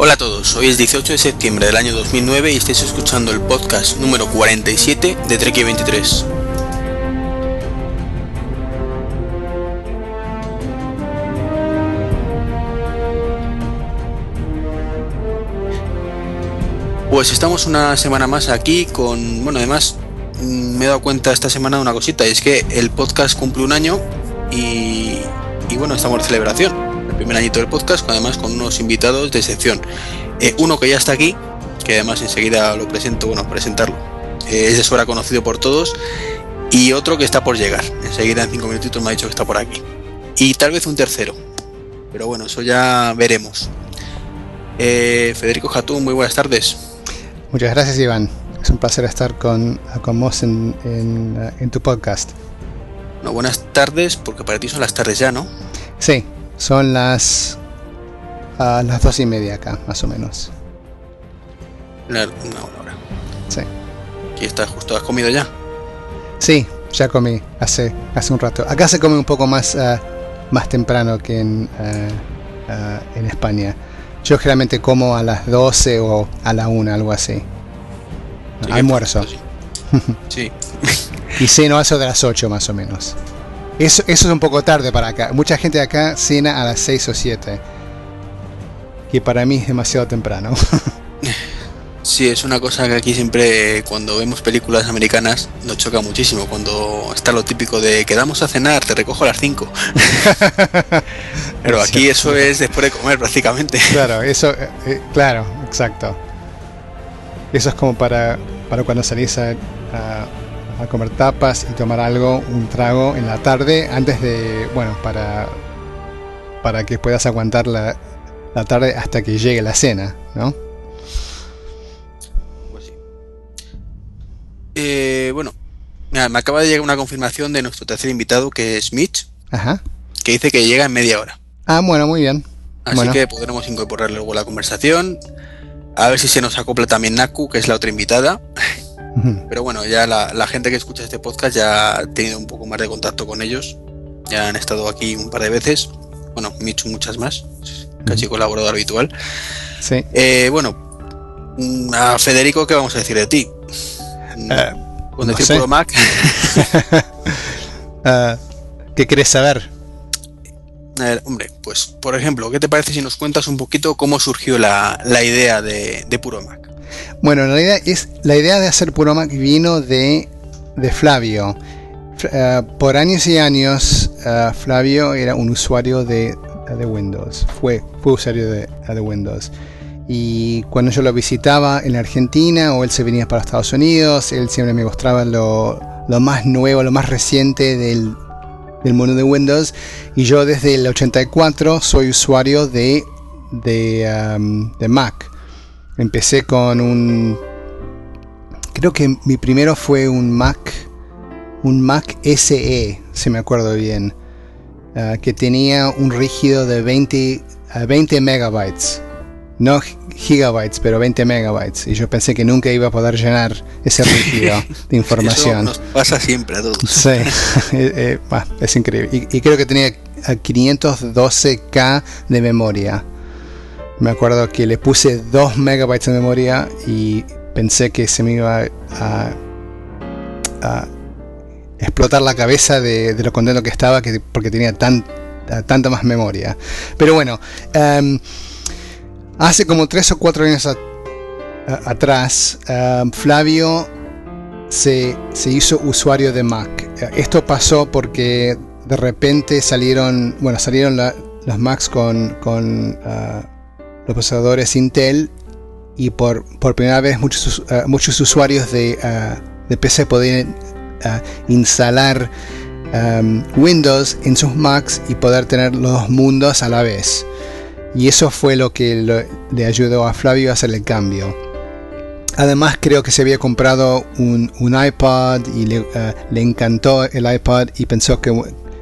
Hola a todos, hoy es 18 de septiembre del año 2009 y estáis escuchando el podcast número 47 de Treki 23. Pues estamos una semana más aquí con... Bueno, además me he dado cuenta esta semana de una cosita, y es que el podcast cumple un año y bueno, estamos de celebración. El primer añito del podcast, además con unos invitados de excepción. Uno que ya está aquí, que además enseguida lo presento, presentarlo. Es de sobra conocido por todos. Y otro que está por llegar. Enseguida en 5 minutitos me ha dicho que está por aquí. Y tal vez un tercero. Pero bueno, eso ya veremos. Federico Jatún, muy buenas tardes. Muchas gracias, Iván. Es un placer estar con vos en tu podcast. No, buenas tardes, porque para ti son las tardes ya, ¿no? Sí, son las 2:30 acá, más o menos. Una hora. Sí. Aquí estás justo, ¿has comido ya? Sí, ya comí hace un rato. Acá se come un poco más temprano que en España. Yo generalmente como a las 12 o a la 1, algo así. Sí, almuerzo. Sí. Y ceno eso de las 8 más o menos. Eso es un poco tarde para acá. Mucha gente de acá cena a las 6 o 7. Que para mí es demasiado temprano. Sí, es una cosa que aquí siempre cuando vemos películas americanas nos choca muchísimo. Cuando está lo típico de quedamos a cenar, te recojo a las 5. Pero aquí eso es después de comer prácticamente. Claro, claro, exacto. Eso es como para cuando salís a comer tapas y tomar algo, un trago en la tarde, antes de, para que puedas aguantar la tarde hasta que llegue la cena, ¿no? Pues sí. Mira, me acaba de llegar una confirmación de nuestro tercer invitado, que es Mitch. Ajá. Que dice que llega en media hora. Ah, bueno, muy bien. Así que podremos incorporar luego a la conversación. A ver si se nos acopla también Naku, que es la otra invitada. Pero bueno, ya la gente que escucha este podcast ya ha tenido un poco más de contacto con ellos. Ya han estado aquí un par de veces. Bueno, Michu muchas más. Casi colaborador habitual. Sí. A Federico, ¿qué vamos a decir de ti? Con decir puro Mac. ¿Qué querés saber? Hombre, pues por ejemplo, ¿qué te parece si nos cuentas un poquito cómo surgió la idea de Puro Mac? Bueno, la idea de hacer Puro Mac vino de Flavio. Por años y años, Flavio era un usuario de Windows. Fue usuario de Windows. Y cuando yo lo visitaba en Argentina o él se venía para Estados Unidos, él siempre me mostraba lo más nuevo, lo más reciente del mundo de Windows. Y yo desde el 84 soy usuario de Mac. Empecé con creo que mi primero fue un Mac SE, si me acuerdo bien, que tenía un rígido de 20 megabytes. No gigabytes, pero 20 megabytes. Y yo pensé que nunca iba a poder llenar ese rígido de información. Eso nos pasa siempre a todos. Sí, es increíble. Y creo que tenía 512K de memoria. Me acuerdo que le puse 2 megabytes de memoria y pensé que se me iba a explotar la cabeza de lo contento que estaba porque tenía tanta más memoria. Pero bueno, hace como 3 o 4 años atrás, Flavio se hizo usuario de Mac. Esto pasó porque de repente salieron los Macs con los procesadores Intel, y por primera vez muchos usuarios de PC podían instalar Windows en sus Macs y poder tener los dos mundos a la vez. Y eso fue lo que le ayudó a Flavio a hacer el cambio. Además, creo que se había comprado un iPod y le encantó el iPod y pensó que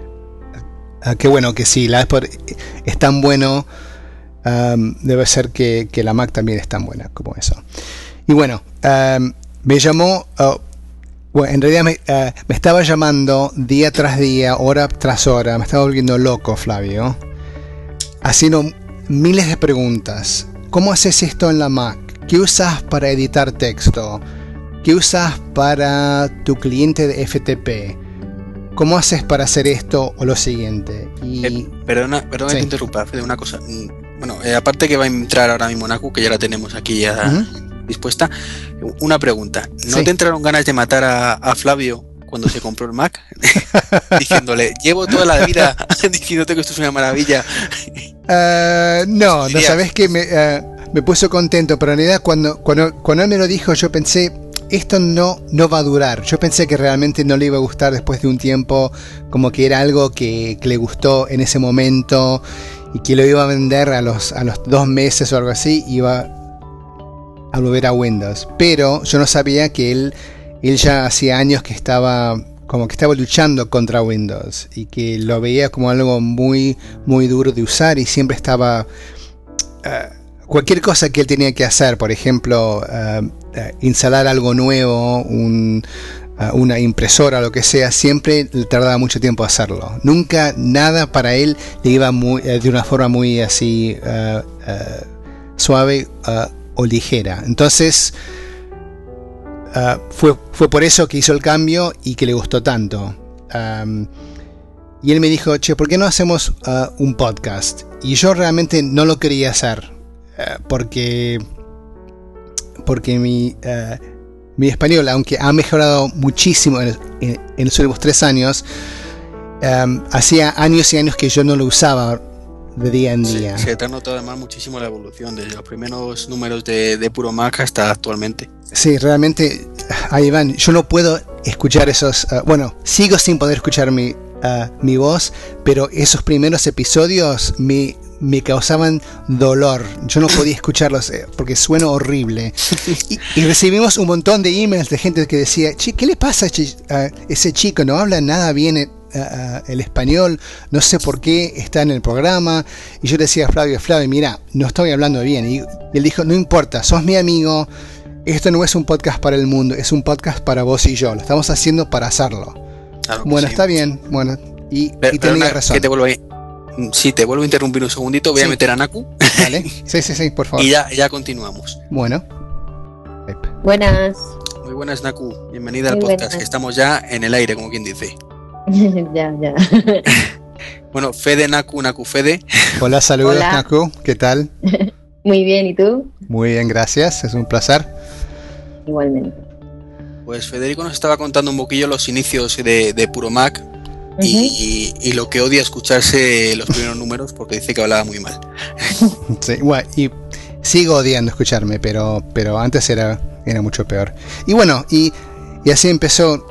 si el iPod es tan bueno, debe ser que la Mac también es tan buena como eso. Y bueno, me llamó, en realidad me estaba llamando día tras día, hora tras hora, me estaba volviendo loco Flavio, haciendo miles de preguntas ¿cómo haces esto en la Mac? ¿Qué usas para editar texto? ¿Qué usas para tu cliente de FTP? ¿Cómo haces para hacer esto o lo siguiente? Y... Perdona sí. Que te interrumpa, Fede, una cosa. Bueno, aparte que va a entrar ahora mismo Naku, que ya la tenemos aquí ya dispuesta, una pregunta. ¿No te entraron ganas de matar a Flavio cuando se compró el Mac? Diciéndole, llevo toda la vida diciéndote que esto es una maravilla. No, sabes que me puso contento, pero en realidad cuando él me lo dijo yo pensé, esto no va a durar. Yo pensé que realmente no le iba a gustar después de un tiempo, como que era algo que le gustó en ese momento y que lo iba a vender a los 2 meses o algo así, iba a volver a Windows. Pero yo no sabía que él ya hacía años que estaba luchando contra Windows y que lo veía como algo muy, muy duro de usar y siempre estaba... cualquier cosa que él tenía que hacer, por ejemplo, instalar algo nuevo, una impresora, lo que sea, siempre le tardaba mucho tiempo hacerlo. Nunca nada para él le iba de una forma muy así suave o ligera. Entonces fue por eso que hizo el cambio y que le gustó tanto. Y él me dijo, che, ¿por qué no hacemos un podcast? Y yo realmente no lo quería hacer. Porque mi español, aunque ha mejorado muchísimo en los últimos 3 años, hacía años y años que yo no lo usaba de día en día. Se te ha notado además muchísimo la evolución desde los primeros números de Puro Mac hasta actualmente. Sí, realmente, ahí van. Yo no puedo escuchar esos... sigo sin poder escuchar mi voz, pero esos primeros episodios me causaban dolor. Yo no podía escucharlos porque suena horrible. Y recibimos un montón de emails de gente que decía, che, ¿qué le pasa a ese chico? No habla nada bien el español, no sé por qué está en el programa. Y yo le decía a Flavio, mira, no estoy hablando bien. Y él dijo, no importa, sos mi amigo, esto no es un podcast para el mundo, es un podcast para vos y yo, lo estamos haciendo para hacerlo. Claro, bueno, sí. Está bien, bueno, y tenía razón. Que te vuelvo ahí. Sí, te vuelvo a interrumpir un segundito, voy a meter a Naku. Vale. Sí, por favor. Y ya continuamos. Bueno. Buenas. Muy buenas, Naku. Bienvenida al podcast, buenas. Que estamos ya en el aire, como quien dice. Ya. Bueno, Fede, Naku, Fede. Hola, saludos. Hola. Naku, ¿qué tal? Muy bien, ¿y tú? Muy bien, gracias, es un placer. Igualmente. Pues Federico nos estaba contando un poquillo los inicios de Puro Mac. Y lo que odia escucharse los primeros números porque dice que hablaba muy mal. Sí, bueno, y sigo odiando escucharme, pero antes era mucho peor. Y bueno, y así empezó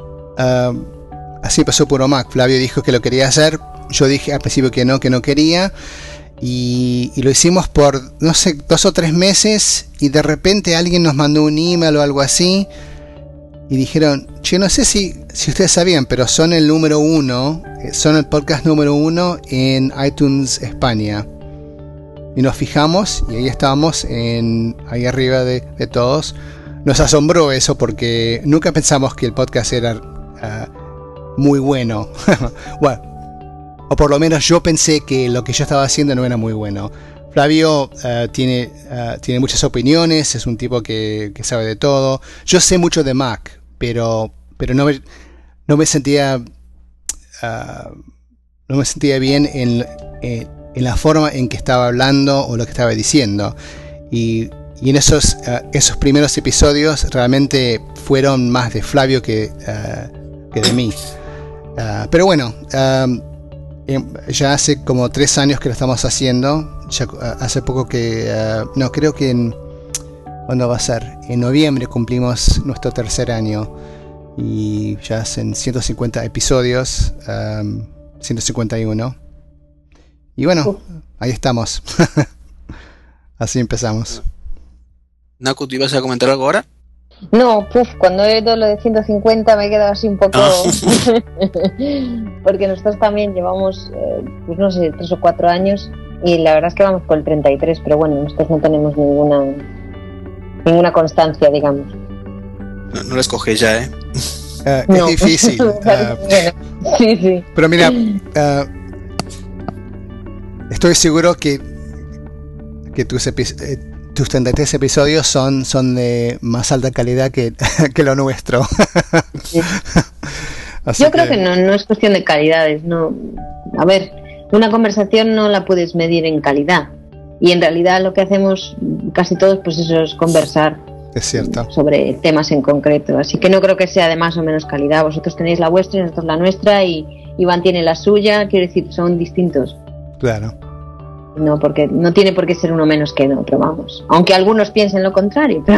Puro Mac. Flavio dijo que lo quería hacer. Yo dije al principio que no quería. Y lo hicimos por, no sé, 2 o 3 meses. Y de repente alguien nos mandó un email o algo así. Y dijeron, che, no sé si ustedes sabían, pero son el número 1, son el podcast número 1 en iTunes España. Y nos fijamos y ahí estábamos, ahí arriba de todos. Nos asombró eso porque nunca pensamos que el podcast era muy bueno. Bueno, o por lo menos yo pensé que lo que yo estaba haciendo no era muy bueno. Flavio tiene muchas opiniones, es un tipo que sabe de todo. Yo sé mucho de Mac, pero no me sentía bien en la forma en que estaba hablando o lo que estaba diciendo. Y en esos primeros episodios realmente fueron más de Flavio que de mí. Pero bueno, ya hace como 3 años que lo estamos haciendo. Ya hace poco que creo que ¿cuándo va a ser? En noviembre cumplimos nuestro 3er año y ya hacen 150 episodios, 151, y bueno, ahí estamos. Así empezamos. Naku, ¿tú ibas a comentar algo ahora? No, cuando he oído lo de 150 me he quedado así un poco porque nosotros también llevamos pues no sé, 3 o 4 años y la verdad es que vamos por el 33, pero bueno, nosotros no tenemos ninguna constancia, digamos. No les cogéis ya, ¿eh? No. Es difícil. Sí. Pero mira, estoy seguro que que tus 33 episodios son de más alta calidad que lo nuestro. Sí. Yo creo que no es cuestión de calidades, no. A ver, una conversación no la puedes medir en calidad, y en realidad lo que hacemos casi todos, pues eso es conversar. Es cierto. Sobre temas en concreto, así que no creo que sea de más o menos calidad. Vosotros tenéis la vuestra y nosotros la nuestra, y Iván tiene la suya, quiero decir, son distintos. Claro. No, porque no tiene por qué ser uno menos que el otro, vamos. Aunque algunos piensen lo contrario, pero...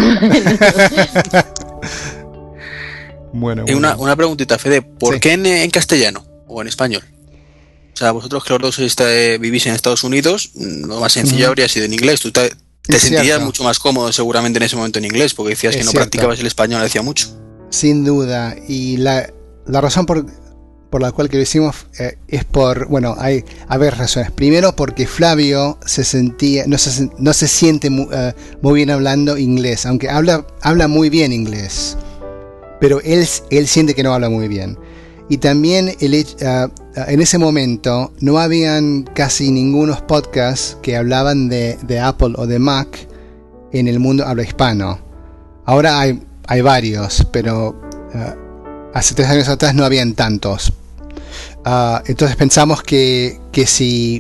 Bueno. Una preguntita, Fede, ¿por qué en castellano o en español? O sea, vosotros que los dos vivís en Estados Unidos, lo más sencillo habría sido en inglés. Tú te sentirías mucho más cómodo seguramente en ese momento en inglés, porque decías que no practicabas el español hacía mucho. Sin duda, y la razón por la cual que lo hicimos es por, bueno, hay varias razones. Primero, porque Flavio no se siente muy bien hablando inglés, aunque habla muy bien inglés, pero él siente que no habla muy bien. Y también en ese momento no habían casi ningunos podcasts que hablaban de Apple o de Mac en el mundo habla hispano. Ahora hay varios, pero hace 3 años atrás no habían tantos. Entonces pensamos que si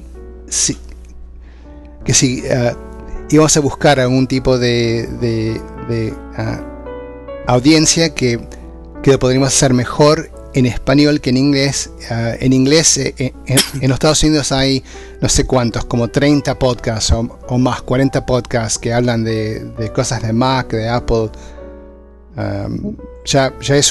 íbamos a buscar algún tipo de audiencia que lo podríamos hacer mejor en español que en inglés. En inglés en los Estados Unidos hay no sé cuántos, como 30 podcasts o más, 40 podcasts que hablan de cosas de Mac, de Apple. Ya es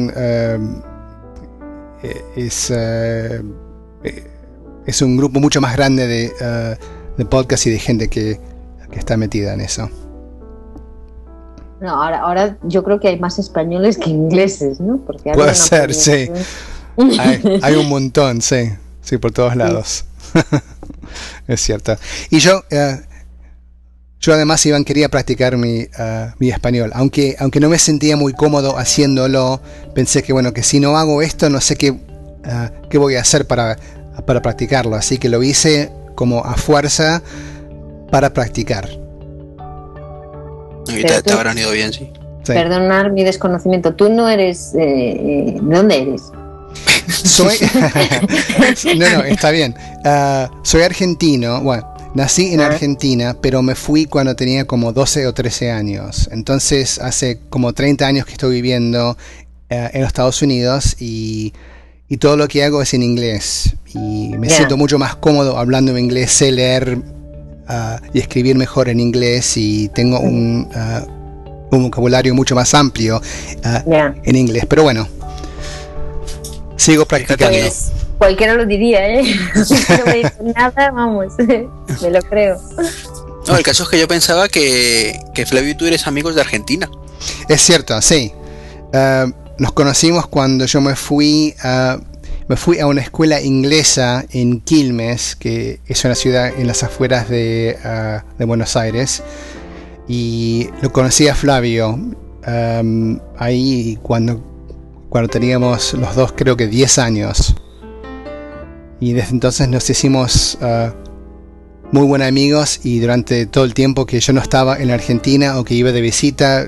es un grupo mucho más grande de podcasts y de gente que está metida en eso. No, ahora yo creo que hay más españoles que ingleses, ¿no? Porque puede ser, sí. Hay un montón, sí, por todos lados. Es cierto. Y yo además, Iván, quería practicar mi español, aunque no me sentía muy cómodo haciéndolo. Pensé que bueno, que si no hago esto, no sé qué voy a hacer para practicarlo, así que lo hice como a fuerza para practicar. Y te habrán ido bien, sí. Perdonar mi desconocimiento. Tú no eres... ¿de dónde eres? Soy... No, está bien. Soy argentino. Bueno, nací en Argentina, pero me fui cuando tenía como 12 o 13 años. Entonces, hace como 30 años que estoy viviendo en los Estados Unidos y todo lo que hago es en inglés. Y me siento mucho más cómodo hablando en inglés, sé leer y escribir mejor en inglés, y tengo un vocabulario mucho más amplio en inglés. Pero bueno, sigo practicando. Pues, cualquiera lo diría, ¿eh? No me dice nada, vamos, me lo creo. No, el caso es que yo pensaba que Flavio y tú eres amigos de Argentina. Es cierto, sí. Nos conocimos cuando yo me fui a una escuela inglesa en Quilmes, que es una ciudad en las afueras de Buenos Aires, y lo conocí a Flavio ahí cuando teníamos los dos, creo que 10 años, y desde entonces nos hicimos muy buenos amigos, y durante todo el tiempo que yo no estaba en Argentina o que iba de visita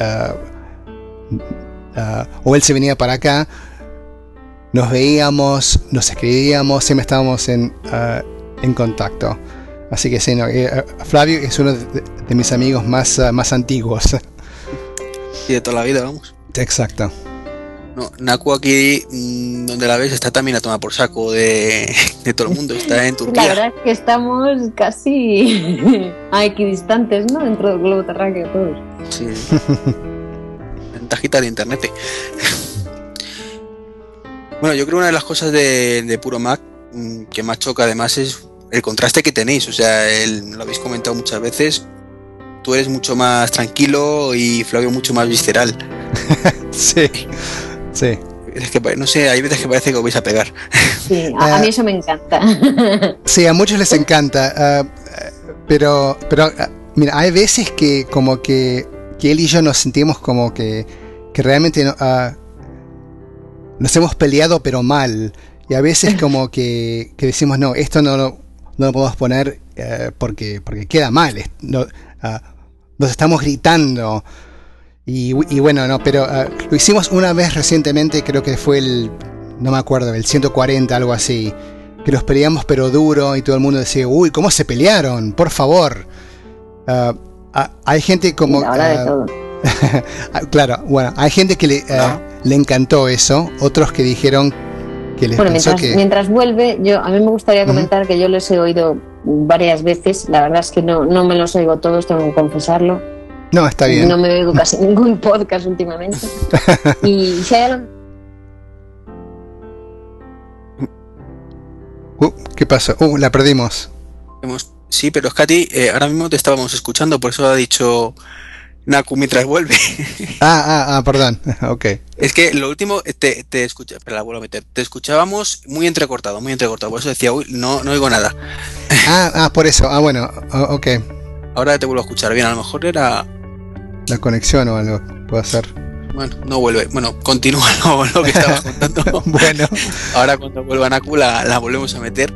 o él se venía para acá, nos veíamos, nos escribíamos, siempre estábamos en contacto. Así que sí, Flavio es uno de mis amigos más antiguos. Y de toda la vida, vamos. Exacto. No, Naku aquí, donde la ves, está también a tomar por saco de todo el mundo, está en Turquía. La verdad es que estamos casi equidistantes, ¿no? Dentro del globo terráqueo todos. Sí. Ventajita de internet. Bueno, yo creo que una de las cosas de Puro Mac que más choca además es el contraste que tenéis. O sea, lo habéis comentado muchas veces. Tú eres mucho más tranquilo y Flavio mucho más visceral. Sí. Es que, no sé, hay veces que parece que os vais a pegar. Sí, a mí eso me encanta. Sí, a muchos les encanta. Pero mira, hay veces que como que él y yo nos sentimos como que realmente nos hemos peleado pero mal, y a veces como que decimos no, esto no lo podemos poner, porque queda mal. Nos estamos gritando. Y bueno, no, pero lo hicimos una vez recientemente, creo que fue no me acuerdo, el 140, algo así. Que nos peleamos pero duro y todo el mundo decía, uy, ¿cómo se pelearon? Por favor. Hay gente como... de todo. Claro, bueno, hay gente que le encantó eso, otros que dijeron que les pensó mientras vuelve, a mí me gustaría comentar que yo les he oído varias veces, la verdad es que no me los oigo todos, tengo que confesarlo. No, está bien. No me oigo casi ningún podcast últimamente. Y si hay algo... ¿Qué pasó? La perdimos. Sí, pero es que a ti ahora mismo te estábamos escuchando, por eso ha dicho Naku mientras vuelve. Perdón. Ok. Es que lo último te escucha, pero la vuelvo a meter. Te escuchábamos muy entrecortado. Por eso decía, uy, no oigo nada. Por eso. Bueno, ok. Ahora te vuelvo a escuchar bien, a lo mejor era la conexión o algo, puede ser. Bueno, no vuelve. Bueno, continúa lo que estabas contando. Bueno. Ahora cuando vuelva Naku la volvemos a meter.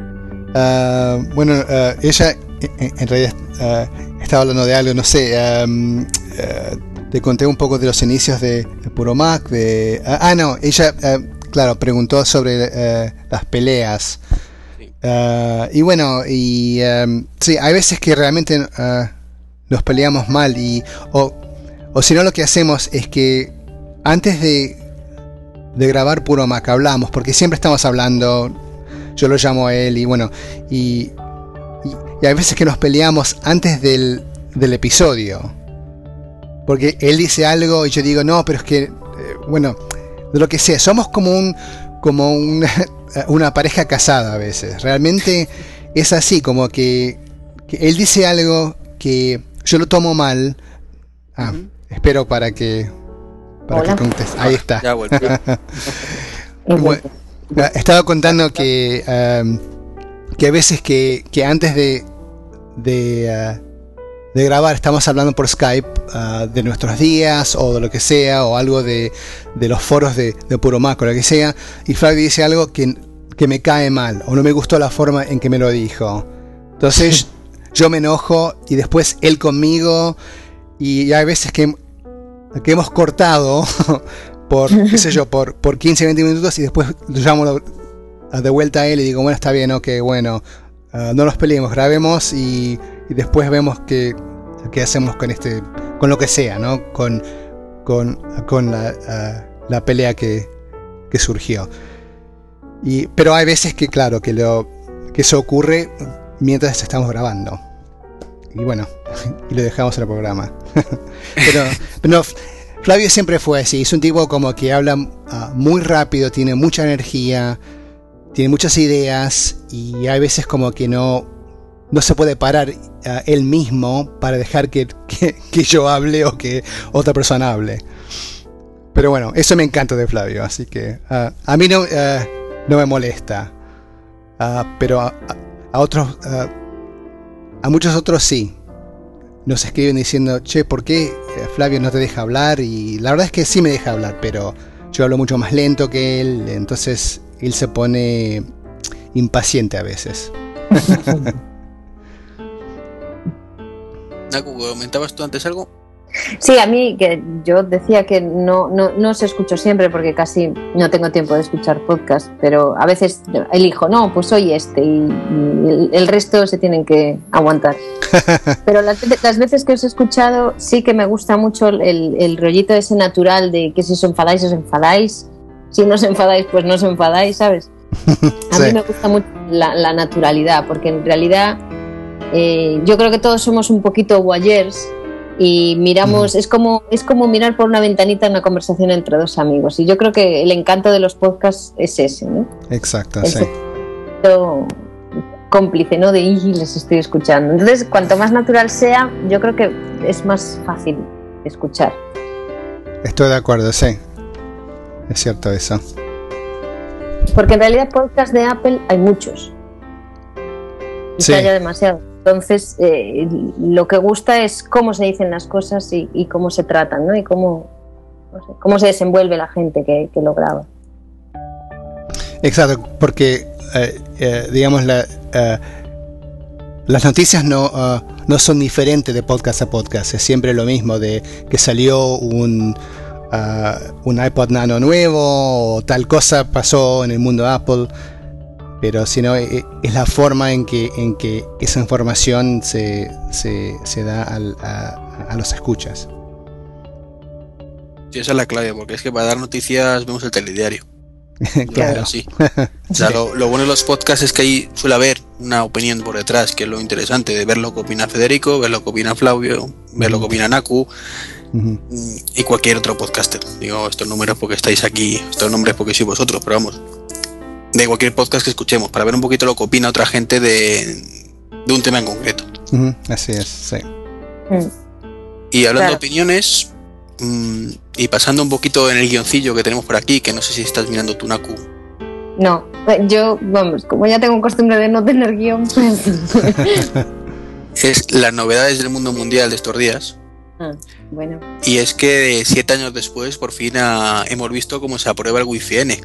Ella en realidad estaba hablando de algo, no sé. Te conté un poco de los inicios de Puro Mac. Ella, claro, preguntó sobre las peleas. Sí. Y bueno, sí, hay veces que realmente nos peleamos mal o si no, lo que hacemos es que antes de grabar Puro Mac hablamos, porque siempre estamos hablando, yo lo llamo a él y bueno, y hay veces que nos peleamos antes del episodio, porque él dice algo y yo digo, no, pero es que, bueno, de lo que sea, somos como una pareja casada a veces, realmente es así, como que él dice algo que yo lo tomo mal. Espero para que contestes. Ahí está. Ya vuelvo. Bueno, estaba contando que a veces que antes de grabar estamos hablando por Skype de nuestros días o de lo que sea, o algo de los foros de Puro Mac o lo que sea, y Flavio dice algo que me cae mal o no me gustó la forma en que me lo dijo. Entonces yo me enojo y después él conmigo, y hay veces que hemos cortado por, qué sé yo, por 15-20 minutos, y después lo llamo de vuelta a él y digo, bueno, está bien, ok, bueno, no nos peleemos, grabemos y después vemos qué hacemos con lo que sea, ¿no? Con la pelea que surgió. Pero hay veces que, claro, que eso ocurre mientras estamos grabando. Y bueno, y lo dejamos en el programa. pero no, Flavio siempre fue así. Es un tipo como que habla muy rápido, tiene mucha energía, tiene muchas ideas, y hay veces como que no se puede parar él mismo para dejar que yo hable o que otra persona hable. Pero bueno, eso me encanta de Flavio, así que a mí no me molesta. Pero a otros, a muchos otros sí. Nos escriben diciendo, che, ¿por qué Flavio no te deja hablar? Y la verdad es que sí me deja hablar, pero yo hablo mucho más lento que él, entonces él se pone impaciente a veces. Naku, ¿comentabas tú antes algo? Sí, a mí, que yo decía que no se escucho siempre porque casi no tengo tiempo de escuchar podcast, pero a veces elijo, no, pues soy y el resto se tienen que aguantar. Pero las veces que os he escuchado sí que me gusta mucho el rollito ese natural de que si os enfadáis, si no os enfadáis, pues no os enfadáis, ¿sabes? A mí me gusta mucho la naturalidad, porque en realidad yo creo que todos somos un poquito voyeurs y miramos, es como mirar por una ventanita en una conversación entre dos amigos, y yo creo que el encanto de los podcasts es ese, ¿no? Exacto, sí. Cómplice, ¿no? De les estoy escuchando. Entonces, cuanto más natural sea, yo creo que es más fácil escuchar. Estoy de acuerdo, sí. Es cierto eso. Porque en realidad podcast de Apple hay muchos. Sí. Ya demasiado. Entonces, lo que gusta es cómo se dicen las cosas y cómo se tratan, ¿no? Y cómo se desenvuelve la gente que lo graba. Exacto, porque digamos las noticias no son diferentes de podcast a podcast. Es siempre lo mismo, de que salió un iPod Nano nuevo o tal cosa pasó en el mundo de Apple. Pero si no, es la forma en que esa información se da a los escuchas. Sí, esa es la clave, porque es que para dar noticias vemos el telediario. Claro. Sí. O sea, lo bueno de los podcasts es que ahí suele haber una opinión por detrás, que es lo interesante, de ver lo que opina Federico, ver lo que opina Flavio, ver lo que opina Naku y cualquier otro podcaster. Digo estos números porque estáis aquí, estos nombres porque sois vosotros, pero vamos, de cualquier podcast que escuchemos, para ver un poquito lo que opina otra gente de un tema en concreto. Así es, sí. Y hablando de opiniones, y pasando un poquito en el guioncillo que tenemos por aquí, que no sé si estás mirando tu Naku. No, yo, vamos, como ya tengo costumbre de no tener guión, pues... Es las novedades del mundo mundial de estos días. Bueno. Y es que 7 años después, por fin hemos visto cómo se aprueba el Wi-Fi N.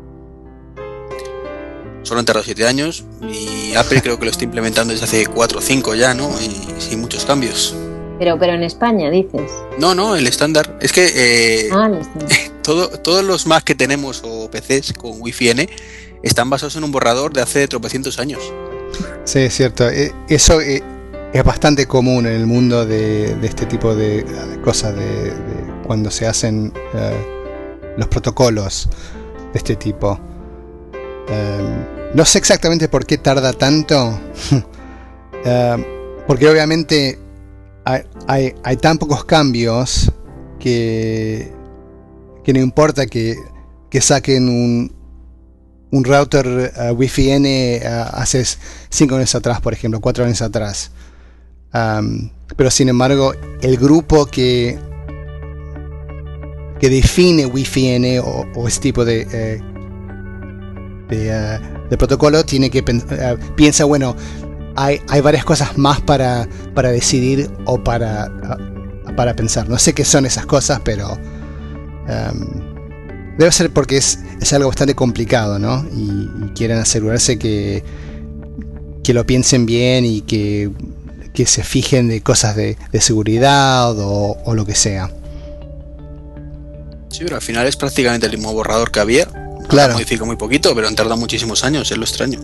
Solo han tardado 7 años y Apple creo que lo está implementando desde hace 4 o 5 ya, ¿no? Y sin muchos cambios. Pero en España, dices. No, el estándar. Es que el estándar. todos los Mac que tenemos o PCs con Wi-Fi N están basados en un borrador de hace tropecientos años. Sí, es cierto. Eso es bastante común en el mundo de este tipo de cosas, de cuando se hacen los protocolos de este tipo. No sé exactamente por qué tarda tanto, porque obviamente hay tan pocos cambios que no importa que saquen un router Wi-Fi N hace 5 años atrás, por ejemplo, 4 años atrás. Pero sin embargo, el grupo que define Wi-Fi N o este tipo de protocolo tiene que piensa, bueno, hay varias cosas más para decidir o para pensar. No sé qué son esas cosas, pero debe ser porque es algo bastante complicado, ¿no? Y quieren asegurarse que lo piensen bien y que se fijen de cosas de seguridad o lo que sea. Sí, pero al final es prácticamente el mismo borrador que había. Claro. Modifica muy poquito, pero han tardado muchísimos años, es lo extraño.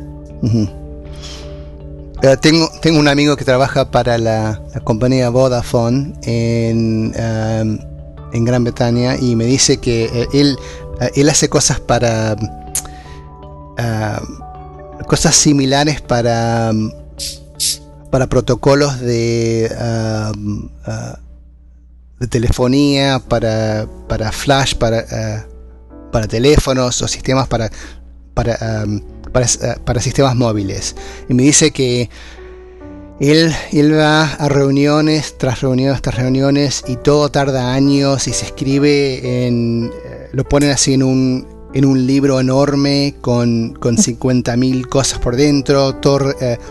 Tengo un amigo que trabaja para la compañía Vodafone en Gran Bretaña y me dice que él hace cosas para cosas similares para protocolos de telefonía, para flash, para teléfonos o sistemas para sistemas móviles. Y me dice que él va a reuniones tras reuniones y todo tarda años y se escribe lo ponen así en un libro enorme con 50.000 cosas por dentro. Todo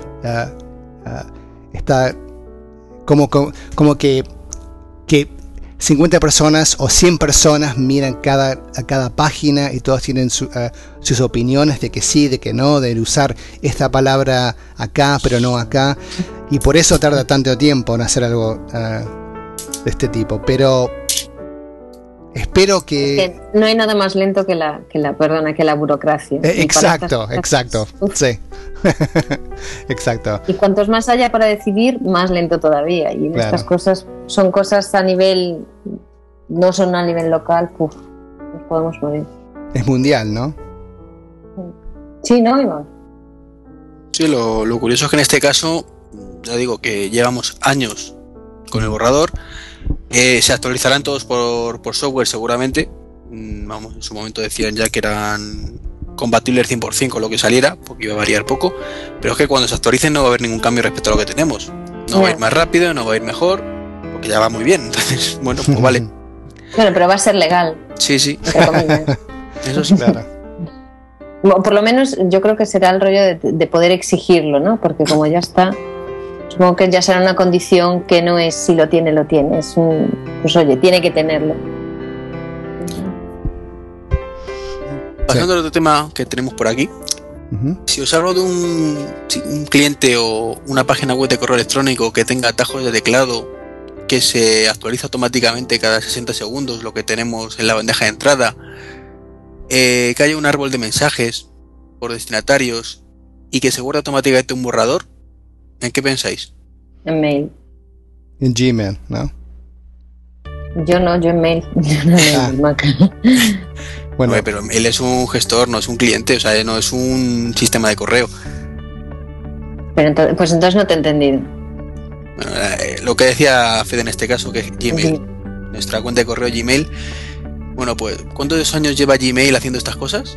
está como que 50 personas o 100 personas miran a cada página y todos tienen sus opiniones de que sí, de que no, de usar esta palabra acá pero no acá, y por eso tarda tanto tiempo en hacer algo de este tipo. Pero espero que no hay nada más lento que la burocracia. Exacto. Sí. Exacto. Y cuantos más haya para decidir, más lento todavía. Y en estas cosas son cosas a nivel, no son a nivel local, nos podemos morir. Es mundial, ¿no? Sí, ¿no, Iván? Sí, lo curioso es que en este caso, ya digo que llevamos años con el borrador. Se actualizarán todos por software seguramente. Vamos, en su momento decían ya que eran compatibles 100% con lo que saliera, porque iba a variar poco, pero es que cuando se actualicen no va a haber ningún cambio respecto a lo que tenemos. No va a ir más rápido, no va a ir mejor, porque ya va muy bien. Entonces, bueno, pues vale. Bueno, pero va a ser legal. Sí. Eso sí, claro. Por lo menos yo creo que será el rollo de poder exigirlo, ¿no? Porque como ya está, supongo que ya será una condición que no es si lo tiene, es pues oye, tiene que tenerlo. Pasando al otro tema que tenemos por aquí, Si os hablo de un cliente o una página web de correo electrónico que tenga atajos de teclado, que se actualiza automáticamente cada 60 segundos, lo que tenemos en la bandeja de entrada, que haya un árbol de mensajes por destinatarios y que se guarde automáticamente un borrador, ¿en qué pensáis? En mail. En Gmail, ¿no? Yo en mail. Yo no en Mac. Bueno, pero él es un gestor, no es un cliente, o sea, no es un sistema de correo. Pero entonces no te he entendido. Bueno, lo que decía Fede en este caso, que es Gmail, nuestra cuenta de correo Gmail. Bueno, pues, ¿cuántos años lleva Gmail haciendo estas cosas?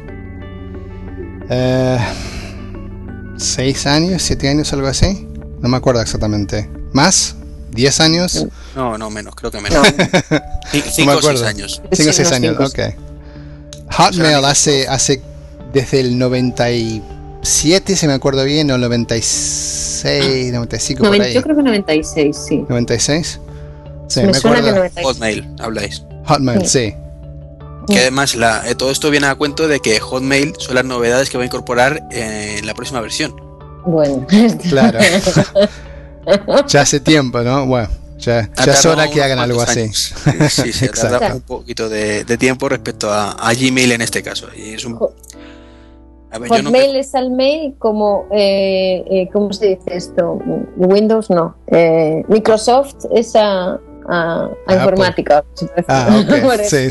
6 años, 7 años, algo así. No me acuerdo exactamente. ¿Más? ¿10 años? No, menos, creo que menos. 5 o 6 años. 5 o 6 años, ok. Hotmail hace desde el 97, si me acuerdo bien, o 96, 95, por ahí. Yo creo que 96, sí. ¿96? Sí, me suena que 96. Hotmail, habláis. Hotmail, sí. Que además todo esto viene a cuento de que Hotmail son las novedades que va a incorporar en la próxima versión. Bueno. Claro. Ya hace tiempo, ¿no? Bueno, ya es hora que hagan algo así. Sí, se tarda un poquito de tiempo respecto a Gmail en este caso. Y es un... Hotmail es al mail como, ¿cómo se dice esto? Windows no. Microsoft es a informática. Ok, sí.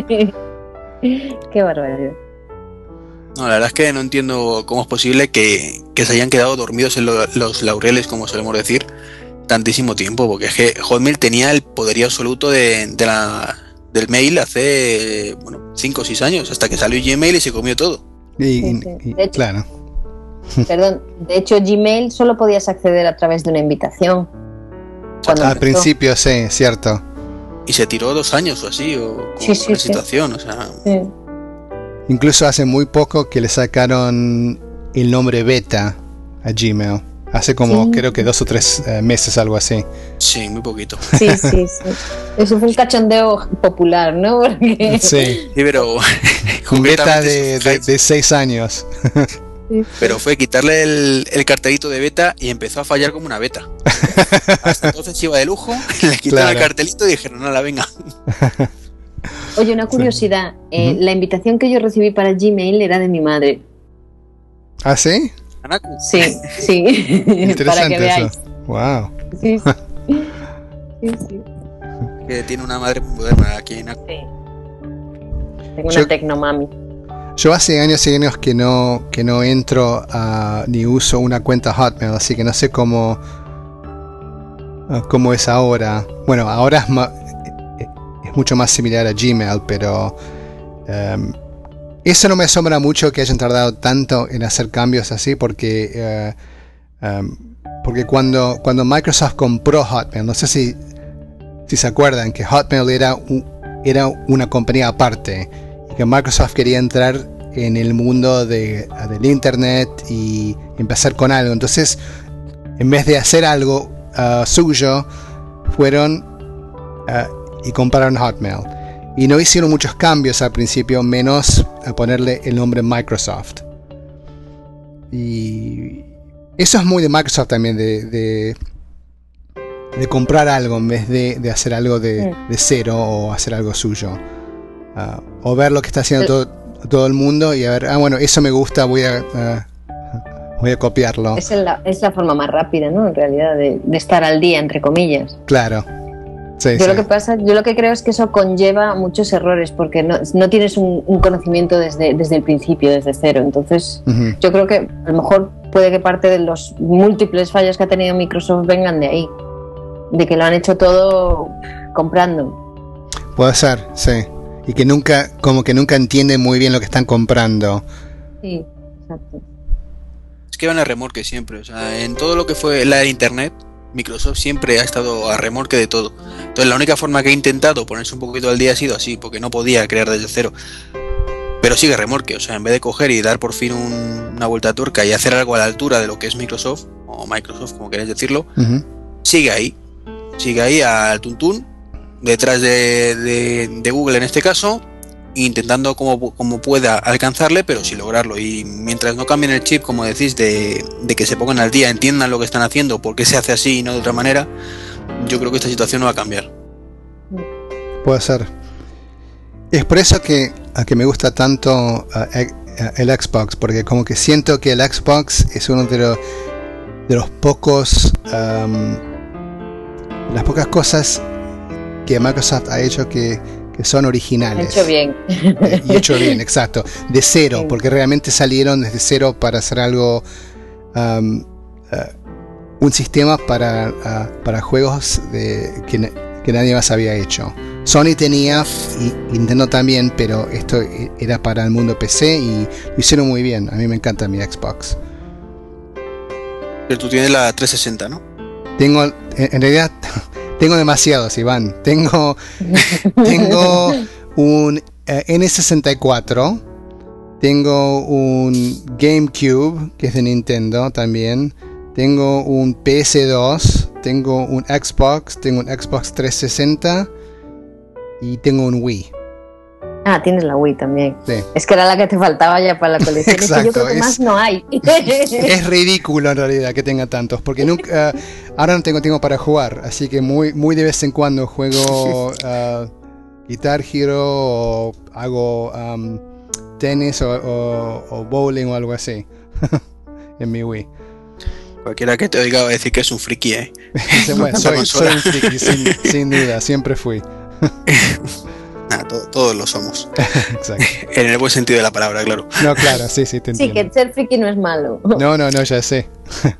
Qué barbaridad. No, la verdad es que no entiendo cómo es posible que se hayan quedado dormidos en los laureles, como solemos decir, tantísimo tiempo, porque es que Hotmail tenía el poderío absoluto del mail hace 5 o 6 años, hasta que salió Gmail y se comió todo. Sí. De hecho, claro. Perdón, de hecho Gmail solo podías acceder a través de una invitación. Al principio, sí, cierto. Y se tiró 2 años o así, o con la situación, o sea... Sí. Incluso hace muy poco que le sacaron el nombre beta a Gmail. Hace como creo que 2 o 3 meses, algo así. Sí, muy poquito. Sí. Eso fue un cachondeo popular, ¿no? Porque... Sí, pero... un beta de 6 años. Pero fue quitarle el cartelito de beta y empezó a fallar como una beta. Hasta entonces iba de lujo, le quitaron el cartelito y dijeron, no, venga. Oye, una curiosidad. La invitación que yo recibí para Gmail era de mi madre. ¿Ah, sí? Sí. Para que veáis. Eso. Wow. Sí. Que tiene una madre moderna aquí en Anacu. Sí. Tengo una tecnomami. Yo hace años y años que no entro ni uso una cuenta Hotmail, así que no sé cómo es ahora. Bueno, ahora es mucho más similar a Gmail, pero eso no me asombra mucho que hayan tardado tanto en hacer cambios así, porque cuando Microsoft compró Hotmail, no sé si se acuerdan que Hotmail era una compañía aparte, y que Microsoft quería entrar en el mundo del internet y empezar con algo. Entonces, en vez de hacer algo suyo, fueron y compraron Hotmail. Y no hicieron muchos cambios al principio, menos a ponerle el nombre Microsoft. Y eso es muy de Microsoft también, de comprar algo en vez de hacer algo de cero o hacer algo suyo. O ver lo que está haciendo todo el mundo y a ver, bueno, eso me gusta, voy a copiarlo. Es la forma más rápida, ¿no? En realidad, de estar al día, entre comillas. Claro. Sí, yo lo que creo es que eso conlleva muchos errores, porque no tienes un conocimiento desde el principio, desde cero. Entonces, yo creo que a lo mejor puede que parte de los múltiples fallos que ha tenido Microsoft vengan de ahí, de que lo han hecho todo comprando. Puede ser, sí. Y que nunca entienden muy bien lo que están comprando. Sí, exacto. Es que van a remorque siempre, o sea, en todo lo que fue la de internet, Microsoft siempre ha estado a remorque de todo. Entonces la única forma que he intentado ponerse un poquito al día ha sido así, porque no podía crear desde cero. Pero sigue remorque, o sea, en vez de coger y dar por fin una vuelta a tuerca y hacer algo a la altura de lo que es Microsoft, o Microsoft, como queréis decirlo, sigue ahí al tuntún, detrás de Google en este caso, intentando como pueda alcanzarle, pero sin lograrlo. Y mientras no cambien el chip, como decís, de que se pongan al día, entiendan lo que están haciendo, por qué se hace así y no de otra manera, yo creo que esta situación no va a cambiar. Puede ser. Es por eso que me gusta tanto el Xbox, porque como que siento que el Xbox es uno de los pocos las pocas cosas que Microsoft ha hecho que son originales. Hecho bien. Y hecho bien, exacto. De cero, porque realmente salieron desde cero para hacer algo, un sistema para juegos que nadie más había hecho. Sony tenía y Nintendo también, pero esto era para el mundo PC y lo hicieron muy bien. A mí me encanta mi Xbox. Pero tú tienes la 360, ¿no? En realidad tengo demasiados, Iván. Tengo un N64, tengo un GameCube, que es de Nintendo también, tengo un PS2, tengo un Xbox, tengo un Xbox 360 y tengo un Wii. Ah, tienes la Wii también. Sí. Es que era la que te faltaba ya para la colección. Exacto, es que yo creo que más no hay. Es ridículo en realidad que tenga tantos, porque nunca, ahora no tengo tiempo para jugar, así que muy de vez en cuando juego Guitar Hero o hago tenis o bowling o algo así en mi Wii. Cualquiera que te oiga va a decir que es un friki, ¿eh? Bueno, soy un friki, sin duda, siempre fui. Todos lo somos. Exacto. En el buen sentido de la palabra, claro. No, claro, sí, te entiendo. Sí, que ser friki no es malo. No, ya sé.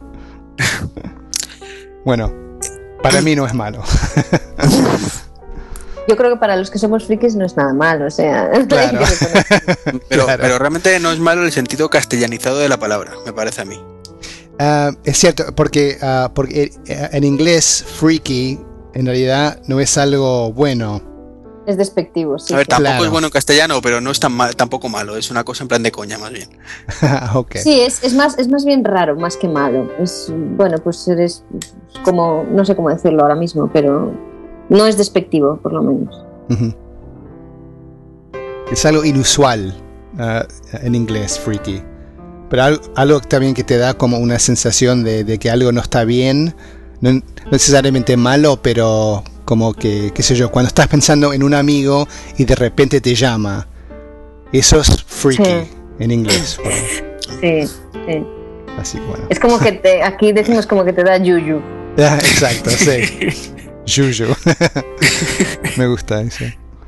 Bueno, para mí no es malo. Yo creo que para los que somos frikis no es nada malo, o sea. Claro. Pero realmente no es malo el sentido castellanizado de la palabra, me parece a mí. Es cierto, porque en inglés freaky en realidad no es algo bueno. Es despectivo, sí. A ver, tampoco claro. es bueno en castellano, pero no es tampoco malo, es una cosa en plan de coña más bien. Okay. Sí, es más bien raro, más que malo. Bueno, pues eres como, no sé cómo decirlo ahora mismo, pero no es despectivo, por lo menos. Uh-huh. Es algo inusual en inglés, freaky. Pero algo también que te da como una sensación de que algo no está bien, no necesariamente malo, pero como que, qué sé yo, cuando estás pensando en un amigo y de repente te llama, eso es freaky, sí. En inglés. Sí. Así, bueno. Es como que aquí decimos como que te da yuyu. Exacto, sí. Yuyu. Me gusta eso.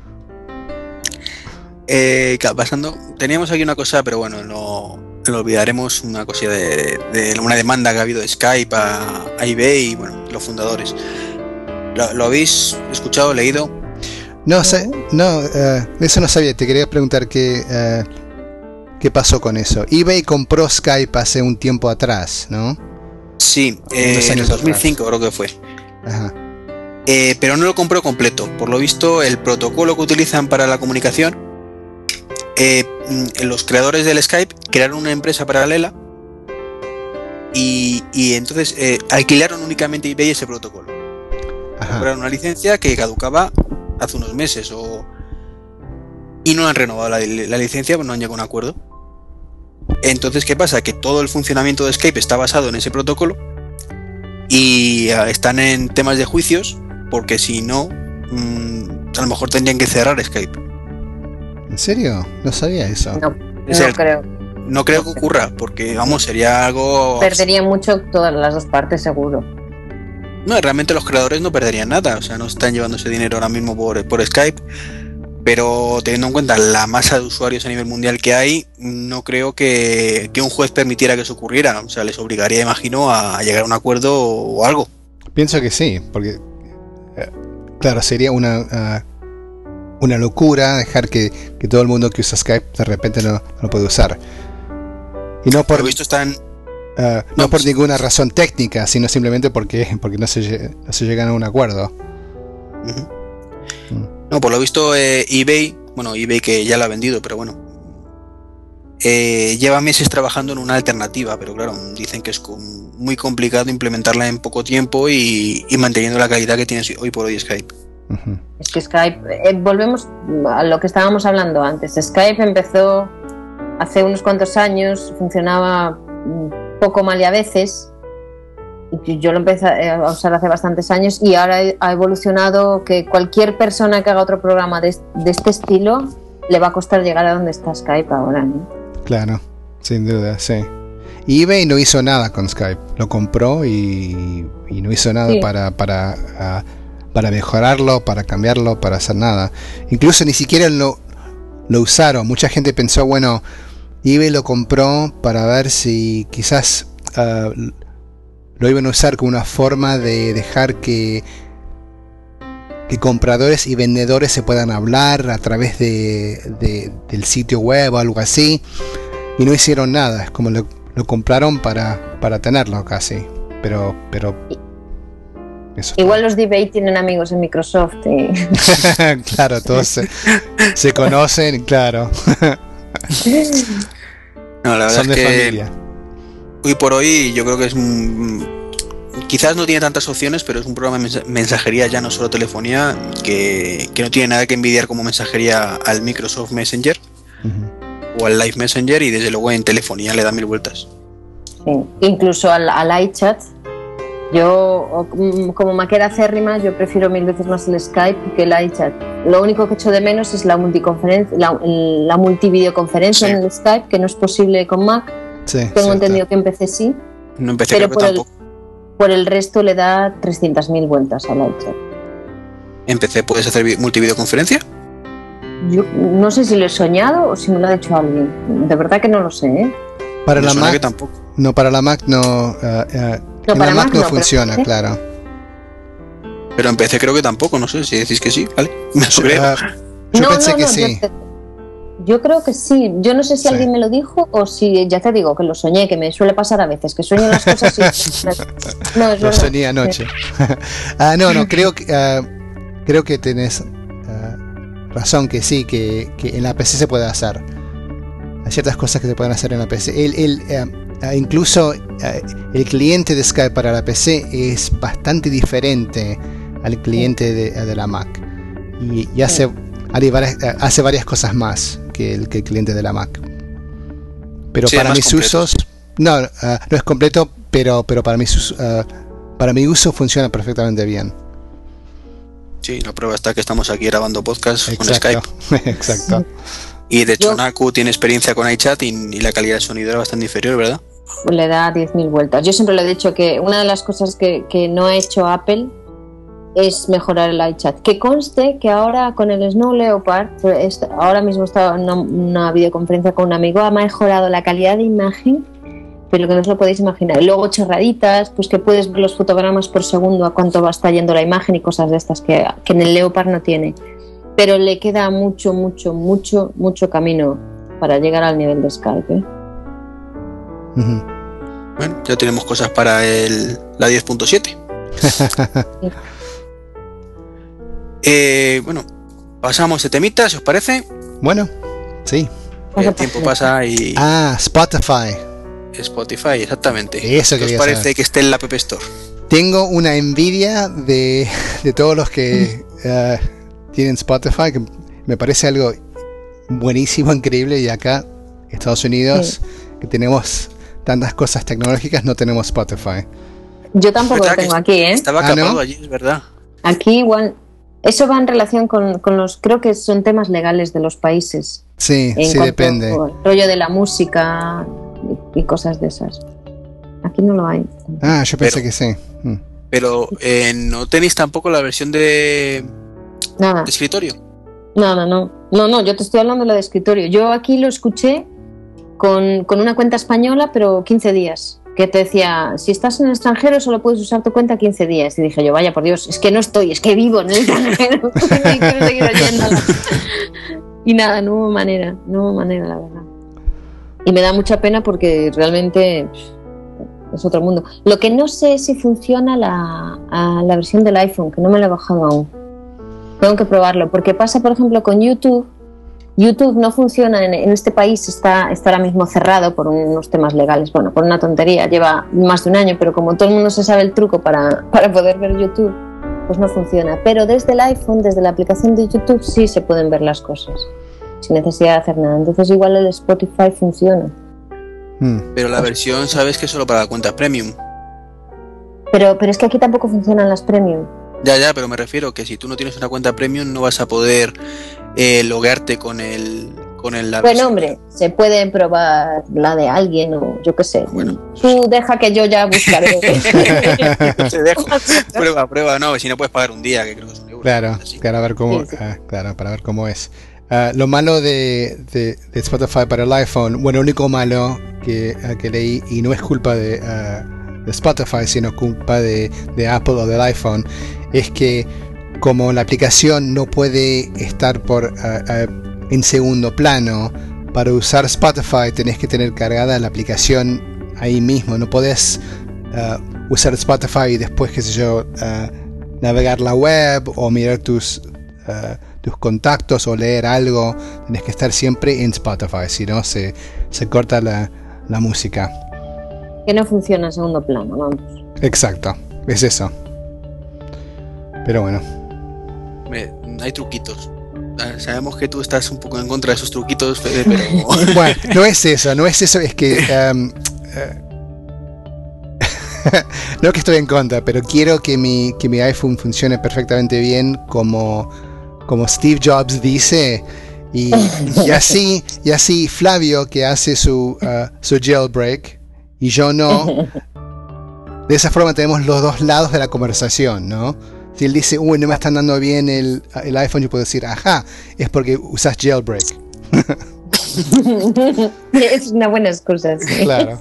Pasando, teníamos aquí una cosa, pero bueno, no olvidaremos, una cosilla de una demanda que ha habido de Skype a eBay y bueno, los fundadores. ¿Lo habéis escuchado, leído? No, eso no sabía. Te quería preguntar qué pasó con eso. eBay compró Skype hace un tiempo atrás, ¿no? Sí, en el 2005 creo que fue. Ajá. Pero no lo compró completo. Por lo visto, el protocolo que utilizan para la comunicación, los creadores del Skype crearon una empresa paralela y entonces alquilaron únicamente eBay ese protocolo. Compraron una licencia que caducaba hace unos meses y no han renovado la licencia, pues no han llegado a un acuerdo. Entonces, ¿qué pasa? Que todo el funcionamiento de Skype está basado en ese protocolo y están en temas de juicios porque si no, a lo mejor tendrían que cerrar Skype. ¿En serio? No sabía eso. No creo. No creo que ocurra porque, vamos, sería algo... Perderían mucho todas las dos partes, seguro. No, realmente los creadores no perderían nada, o sea, no están llevando ese dinero ahora mismo por Skype, pero teniendo en cuenta la masa de usuarios a nivel mundial que hay, no creo que un juez permitiera que eso ocurriera, o sea, les obligaría, imagino, a llegar a un acuerdo o algo. Pienso que sí, porque claro, sería una locura dejar que todo el mundo que usa Skype de repente no lo puede usar. Y no por... Lo visto están... no por ninguna razón técnica, sino simplemente porque no se llegan a un acuerdo. Uh-huh. No, por lo visto eBay que ya lo ha vendido, pero bueno, lleva meses trabajando en una alternativa, pero claro, dicen que es muy complicado implementarla en poco tiempo y manteniendo la calidad que tiene hoy por hoy Skype. Uh-huh. Es que Skype, volvemos a lo que estábamos hablando antes. Skype empezó hace unos cuantos años, funcionaba poco mal y a veces. Y yo lo empecé a usar hace bastantes años y ahora ha evolucionado que cualquier persona que haga otro programa de este estilo le va a costar llegar a donde está Skype ahora, ¿no? Claro, sin duda, sí. Y eBay no hizo nada con Skype. Lo compró y no hizo nada para mejorarlo, para cambiarlo, para hacer nada. Incluso ni siquiera lo usaron. Mucha gente pensó, bueno, eBay lo compró para ver si quizás lo iban a usar como una forma de dejar que compradores y vendedores se puedan hablar a través del sitio web o algo así. Y no hicieron nada. Es como lo compraron para tenerlo casi. Pero igual los de eBay tienen amigos en Microsoft. Claro, todos se conocen, claro. No, la verdad son de es que familia. Hoy por hoy yo creo que es quizás no tiene tantas opciones, pero es un programa de mensajería, ya no solo telefonía, que no tiene nada que envidiar como mensajería al Microsoft Messenger o al Live Messenger, y desde luego en telefonía le da 1000 vueltas. Sí. Incluso al iChat. Yo, como maquera acérrima, yo prefiero 1000 veces más el Skype que el iChat. Lo único que echo de menos es la multiconferencia, la multivideoconferencia en el Skype, que no es posible con Mac. Sí, tengo entendido que en PC sí. No empecé, pero tampoco. Por el resto le da 300.000 vueltas al iChat. ¿En PC puedes hacer multivideoconferencia? Yo no sé si lo he soñado o si me lo ha dicho alguien. De verdad que no lo sé, ¿eh? Para la Mac tampoco. No, para la Mac no. No, para la Mac no pero funciona, ¿sí? Claro. Pero en PC creo que tampoco, no sé si decís que sí, ¿vale? Me lo creo. Yo pensé que sí. Yo creo que sí. Yo no sé si alguien me lo dijo o si, ya te digo, que lo soñé, que me suele pasar a veces, que sueño las cosas y... No, lo soñé anoche. Creo que tenés razón, que sí, que en la PC se puede hacer. Hay ciertas cosas que se pueden hacer en la PC. Incluso el cliente de Skype para la PC es bastante diferente al cliente de la Mac. Y hace varias cosas más que el cliente de la Mac. Pero sí, para mis completo. Usos, no es completo, pero para mi uso funciona perfectamente bien. Sí, la prueba está que estamos aquí grabando podcast. Exacto. Con Skype. Exacto. Y de hecho Naku tiene experiencia con iChat y la calidad de sonido era bastante inferior, ¿verdad? Le da 10.000 vueltas. Yo siempre le he dicho que una de las cosas que no ha hecho Apple es mejorar el iChat. Que conste que ahora con el Snow Leopard, ahora mismo estaba en una videoconferencia con un amigo, ha mejorado la calidad de imagen, pero que no os lo podéis imaginar. Y luego chorraditas, pues que puedes ver los fotogramas por segundo, a cuánto va a estar yendo la imagen y cosas de estas que en el Leopard no tiene. Pero le queda mucho camino para llegar al nivel de Skype, ¿eh? Bueno, ya tenemos cosas para la 10.7. Bueno, pasamos de temita, si os parece. Bueno, sí. El tiempo pasa y... Spotify, exactamente. Eso ¿Qué os parece saber? Que esté en la App Store? Tengo una envidia de todos los que tienen Spotify, que me parece algo buenísimo, increíble. Y acá, Estados Unidos, que tenemos tantas cosas tecnológicas, no tenemos Spotify. Yo tampoco lo tengo aquí, ¿eh? Estaba capado ¿no? allí, es verdad. Aquí igual... Eso va en relación con los... Creo que son temas legales de los países. Sí, sí, depende. El rollo de la música y cosas de esas. Aquí no lo hay. Yo pensé que sí. Pero ¿no tenéis tampoco la versión de escritorio? No, yo te estoy hablando de la de escritorio. Yo aquí lo escuché con una cuenta española, pero 15 días. Que te decía, si estás en el extranjero solo puedes usar tu cuenta 15 días. Y dije yo, vaya por Dios, es que no estoy, es que vivo en el extranjero. Y quiero seguir oyéndolo. Y nada, no hubo manera, la verdad. Y me da mucha pena porque realmente es otro mundo. Lo que no sé es si funciona la versión del iPhone, que no me la he bajado aún. Tengo que probarlo, porque pasa, por ejemplo, con YouTube. YouTube no funciona en este país, está ahora mismo cerrado por unos temas legales, bueno, por una tontería, lleva más de un año, pero como todo el mundo se sabe el truco para poder ver YouTube, pues no funciona. Pero desde el iPhone, desde la aplicación de YouTube, sí se pueden ver las cosas, sin necesidad de hacer nada. Entonces igual el Spotify funciona. Pero la versión, sabes que es solo para la cuenta premium. Pero es que aquí tampoco funcionan las premium. Ya, pero me refiero que si tú no tienes una cuenta premium no vas a poder loguearte con el Bueno, hombre, se puede probar la de alguien o yo qué sé. Bueno, tú deja que yo ya buscaré. Te dejo. Prueba, no, si no puedes pagar un día, que creo que es un euro. Claro, a ver cómo, Sí. claro, para ver cómo es. Lo malo de Spotify para el iPhone, bueno, lo único malo que leí, y no es culpa de Spotify, sino culpa de Apple o del iPhone, es que como la aplicación no puede estar en segundo plano, para usar Spotify tenés que tener cargada la aplicación ahí mismo. No podés usar Spotify y después, qué sé yo, navegar la web o mirar tus contactos o leer algo. Tenés que estar siempre en Spotify, si no se corta la música. Que no funciona en segundo plano, vamos. Exacto, es eso. Pero bueno. Hay truquitos. Sabemos que tú estás un poco en contra de esos truquitos, Fede, pero... Bueno, no es eso, es que... no que estoy en contra, pero quiero que mi iPhone funcione perfectamente bien como Steve Jobs dice, y así Flavio, que hace su jailbreak y yo no, de esa forma tenemos los dos lados de la conversación, ¿no? Si él dice, no me están dando bien el iPhone, yo puedo decir, ajá, es porque usas jailbreak. Es una buena excusa, sí. Claro.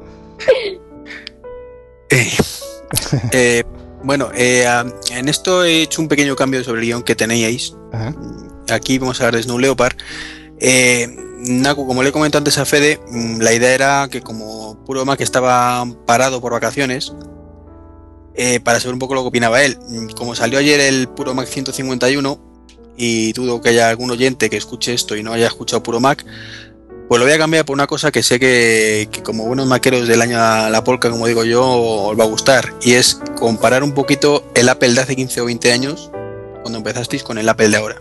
Bueno, en esto he hecho un pequeño cambio sobre el guión que teníais. Ajá. Aquí vamos a hablar de Snow Leopard. Naku, como le he comentado antes a Fede, la idea era que como Puro Mac estaba parado por vacaciones, para saber un poco lo que opinaba él. Como salió ayer el Puro Mac 151, y dudo que haya algún oyente que escuche esto y no haya escuchado Puro Mac, pues lo voy a cambiar por una cosa que sé que como buenos maqueros del año a la polca, como digo yo, os va a gustar, y es comparar un poquito el Apple de hace 15 o 20 años, cuando empezasteis, con el Apple de ahora.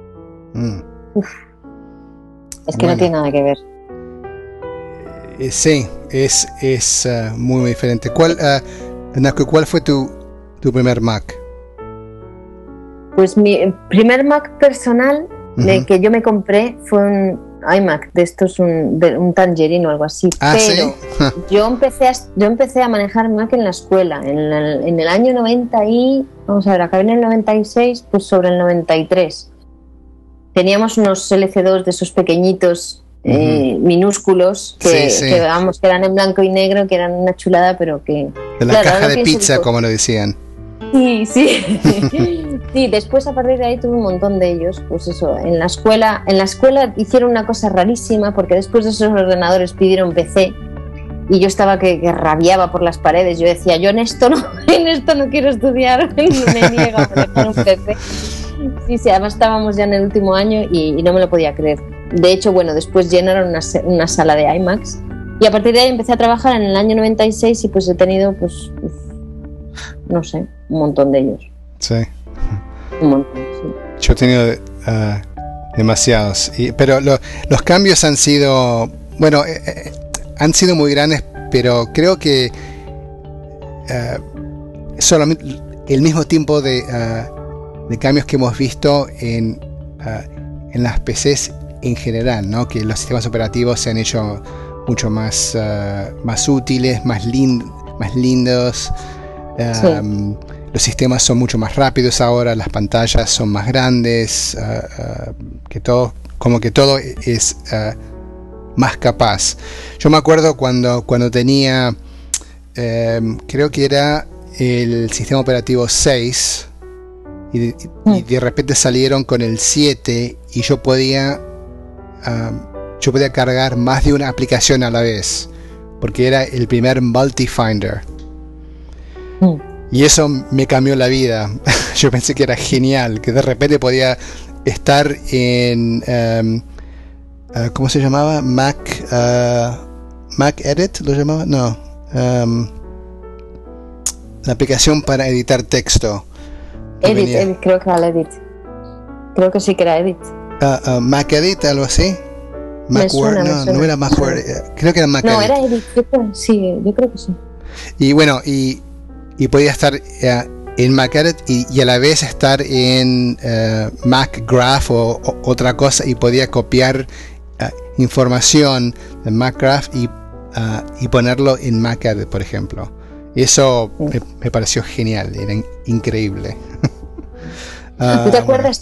Es que no tiene nada que ver. Sí, es muy diferente. ¿Cuál fue tu primer Mac? Pues mi primer Mac personal que yo me compré fue un iMac, de estos, un Tangerine o algo así. Pero ¿sí? yo empecé a manejar Mac en la escuela, en el año 90 y... Vamos a ver, acabé en el 96, pues sobre el 93. Teníamos unos LC2 de esos pequeñitos, minúsculos, que eran en blanco y negro, que eran una chulada, pero que... De la caja de pizza, como lo decían. Sí. Sí, después a partir de ahí tuve un montón de ellos. Pues eso, en la escuela hicieron una cosa rarísima, porque después de esos ordenadores pidieron PC y yo estaba que rabiaba por las paredes. Yo decía, yo en esto no quiero estudiar, me niego a poner un PC. Sí, además estábamos ya en el último año y no me lo podía creer. De hecho, bueno, después llenaron una sala de iMacs y a partir de ahí empecé a trabajar en el año 96 y pues he tenido, pues no sé, un montón de ellos. Sí. Un montón, sí. Yo he tenido demasiados. Pero los cambios han sido, bueno, han sido muy grandes, pero creo que solamente el mismo tiempo de cambios que hemos visto en las PCs en general, ¿no? Que los sistemas operativos se han hecho mucho más útiles, más lindos. Sí. Los sistemas son mucho más rápidos ahora, las pantallas son más grandes, que todo es más capaz. Yo me acuerdo cuando tenía, creo que era el sistema operativo 6, y de repente salieron con el 7 y yo podía cargar más de una aplicación a la vez, porque era el primer multi-finder. Y eso me cambió la vida. Yo pensé que era genial, que de repente podía estar en ¿cómo se llamaba? Mac Edit, ¿lo llamaba? No, la aplicación para editar texto. Edit, creo que era el Edit. Creo que sí que era Edit. Mac Edit, algo así. Macword, no era Macword, creo que era Mac Edit. No, era Edit, yo creo que sí. Y bueno, y podía estar en Mac Edit y a la vez estar en Mac Graph o otra cosa, y podía copiar información de Mac Graph y ponerlo en Mac Edit, por ejemplo. Y eso me pareció genial, era increíble. ¿Tú te acuerdas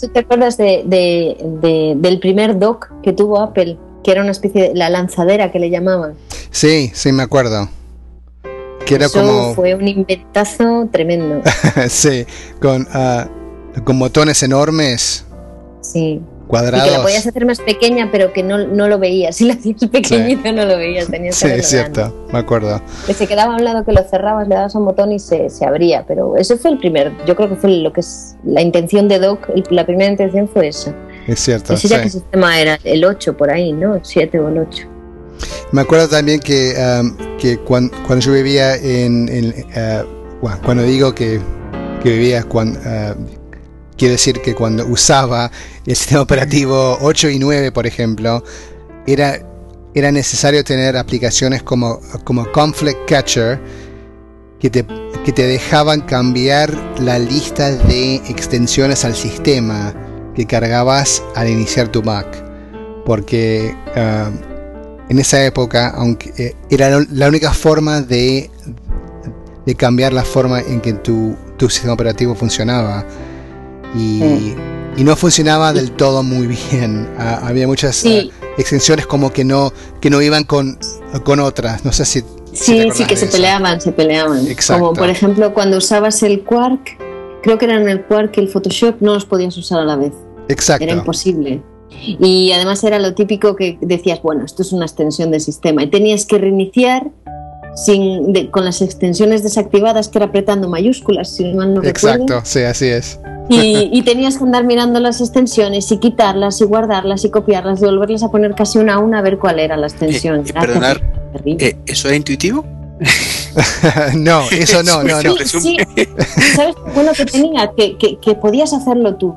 del primer dock que tuvo Apple? Que era una especie de la lanzadera que le llamaban. Sí, me acuerdo. Que era eso fue un inventazo tremendo. Sí, con botones enormes. Sí. Cuadrados. Y que la podías hacer más pequeña, pero que no lo veías. Si la hacías pequeñita, no lo veías. Tenías que es cierto, grande. Me acuerdo. Que se quedaba a un lado, que lo cerrabas, le dabas a un botón y se abría. Pero ese fue el primer. Yo creo que fue lo que es la intención de Dock. La primera intención fue esa. Es cierto. Ese ya que el sistema era el 8 por ahí, ¿no? El 7 o el 8. Me acuerdo también que cuando yo vivía cuando digo que vivía, quiero decir que cuando usaba el sistema operativo 8 y 9, por ejemplo, era necesario tener aplicaciones como Conflict Catcher que te dejaban cambiar la lista de extensiones al sistema que cargabas al iniciar tu Mac, porque en esa época, aunque era la única forma de cambiar la forma en que tu sistema operativo funcionaba, y no funcionaba del todo muy bien. Había muchas extensiones como que no iban con otras. No sé si sí, que se peleaban. Exacto. Como por ejemplo cuando usabas el Quark, creo que eran el Quark y el Photoshop, no los podías usar a la vez. Exacto. Era imposible. Y además era lo típico que decías, bueno, esto es una extensión del sistema, y tenías que reiniciar con las extensiones desactivadas, que era apretando mayúsculas, si mal no recuerdo. Exacto, sí, así es. Y tenías que andar mirando las extensiones y quitarlas y guardarlas y copiarlas y volverlas a poner casi una a una a ver cuál era la extensión. Perdonar, ¿eso era intuitivo? No, eso no. Sí. ¿Sabes lo bueno que tenía? Que podías hacerlo tú.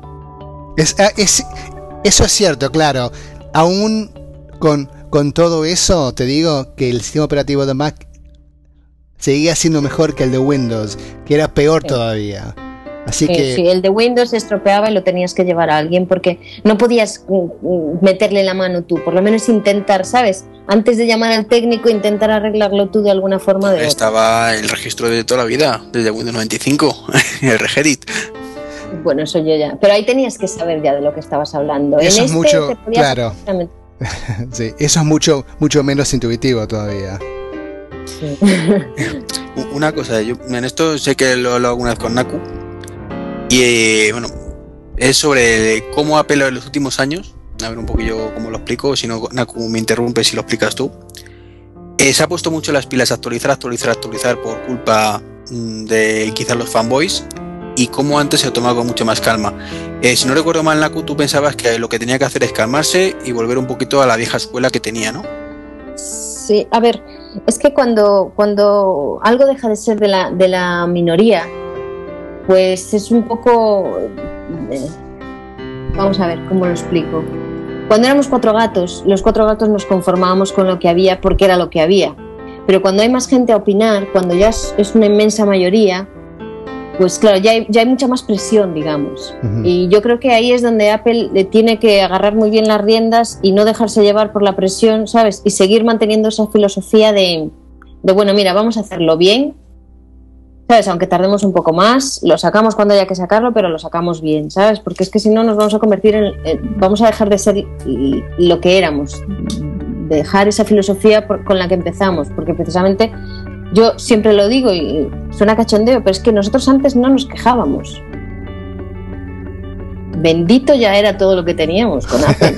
Eso es cierto, claro. Aún con todo eso, te digo que el sistema operativo de Mac seguía siendo mejor que el de Windows, que era peor todavía. Así que sí, el de Windows se estropeaba y lo tenías que llevar a alguien, porque no podías meterle la mano tú, por lo menos intentar, ¿sabes? Antes de llamar al técnico, intentar arreglarlo tú de alguna forma o de otra. Estaba el registro de toda la vida, desde Windows 95, el Regedit. Bueno, eso yo ya. Pero ahí tenías que saber ya de lo que estabas hablando. Eso es mucho, claro. Sí, eso es mucho menos intuitivo todavía. Sí. Una cosa, yo en esto sé que lo he hablado alguna vez con Naku, y bueno, es sobre cómo Apple en los últimos años, a ver un poquillo cómo lo explico, si no Naku me interrumpe si lo explicas tú. Se ha puesto mucho las pilas a actualizar por culpa de quizás los fanboys, y como antes se lo tomaba con mucha más calma. Si no recuerdo mal, Naku, tú pensabas que lo que tenía que hacer es calmarse y volver un poquito a la vieja escuela que tenía, ¿no? Sí, a ver, es que cuando algo deja de ser de la minoría, pues es un poco... vamos a ver cómo lo explico. Cuando éramos cuatro gatos, los cuatro gatos nos conformábamos con lo que había porque era lo que había. Pero cuando hay más gente a opinar, cuando ya es una inmensa mayoría, pues claro, ya hay mucha más presión, digamos. Uh-huh. Y yo creo que ahí es donde Apple le tiene que agarrar muy bien las riendas y no dejarse llevar por la presión, ¿sabes? Y seguir manteniendo esa filosofía de bueno, mira, vamos a hacerlo bien, ¿sabes? Aunque tardemos un poco más, lo sacamos cuando haya que sacarlo, pero lo sacamos bien, ¿sabes? Porque es que si no nos vamos a convertir vamos a dejar de ser lo que éramos, dejar esa filosofía con la que empezamos, porque precisamente... Yo siempre lo digo y suena cachondeo, pero es que nosotros antes no nos quejábamos. Bendito ya era todo lo que teníamos con Apple.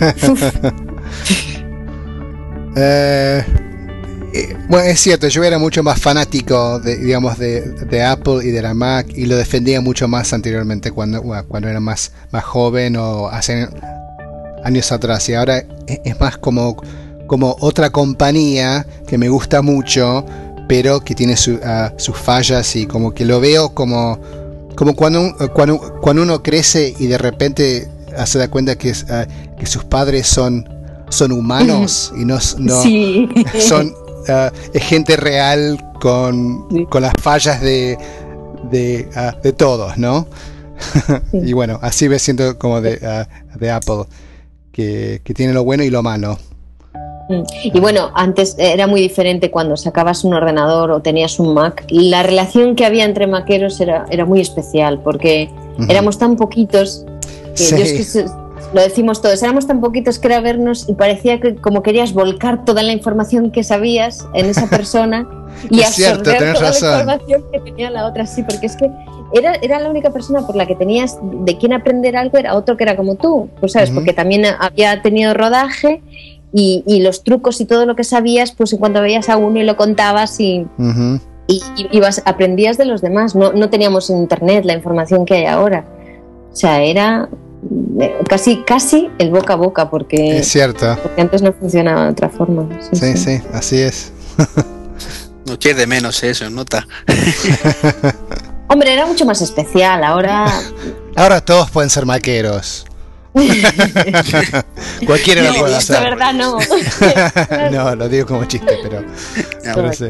Bueno, es cierto, yo era mucho más fanático de Apple y de la Mac, y lo defendía mucho más anteriormente cuando era más joven o hace años atrás, y ahora es más como otra compañía que me gusta mucho, pero que tiene sus fallas, y como que lo veo como como cuando uno crece y de repente se da cuenta que sus padres son humanos y no Sí. son gente real con las fallas de todos, ¿no? Sí. Y bueno, así me siento como de Apple, que tiene lo bueno y lo malo. Y bueno, antes era muy diferente cuando sacabas un ordenador o tenías un Mac. La relación que había entre maqueros era muy especial, porque éramos tan poquitos que, sí. es que lo decimos todos, éramos tan poquitos que era vernos y parecía que como querías volcar toda la información que sabías en esa persona y absorber toda razón. La información que tenía la otra, sí, porque es que era la única persona por la que tenías de quien aprender algo, era otro que era como tú, pues sabes, porque también había tenido rodaje y los trucos y todo lo que sabías, pues en cuanto veías a uno y lo contabas y aprendías de los demás. No teníamos en internet la información que hay ahora, o sea, era casi el boca a boca, porque es cierto, porque antes no funcionaba de otra forma. Sí, así es. No quiere de menos eso, nota. Hombre, era mucho más especial. Ahora todos pueden ser maqueros. Cualquiera lo puede hacer. De verdad no. No, lo digo como chiste, pero sí.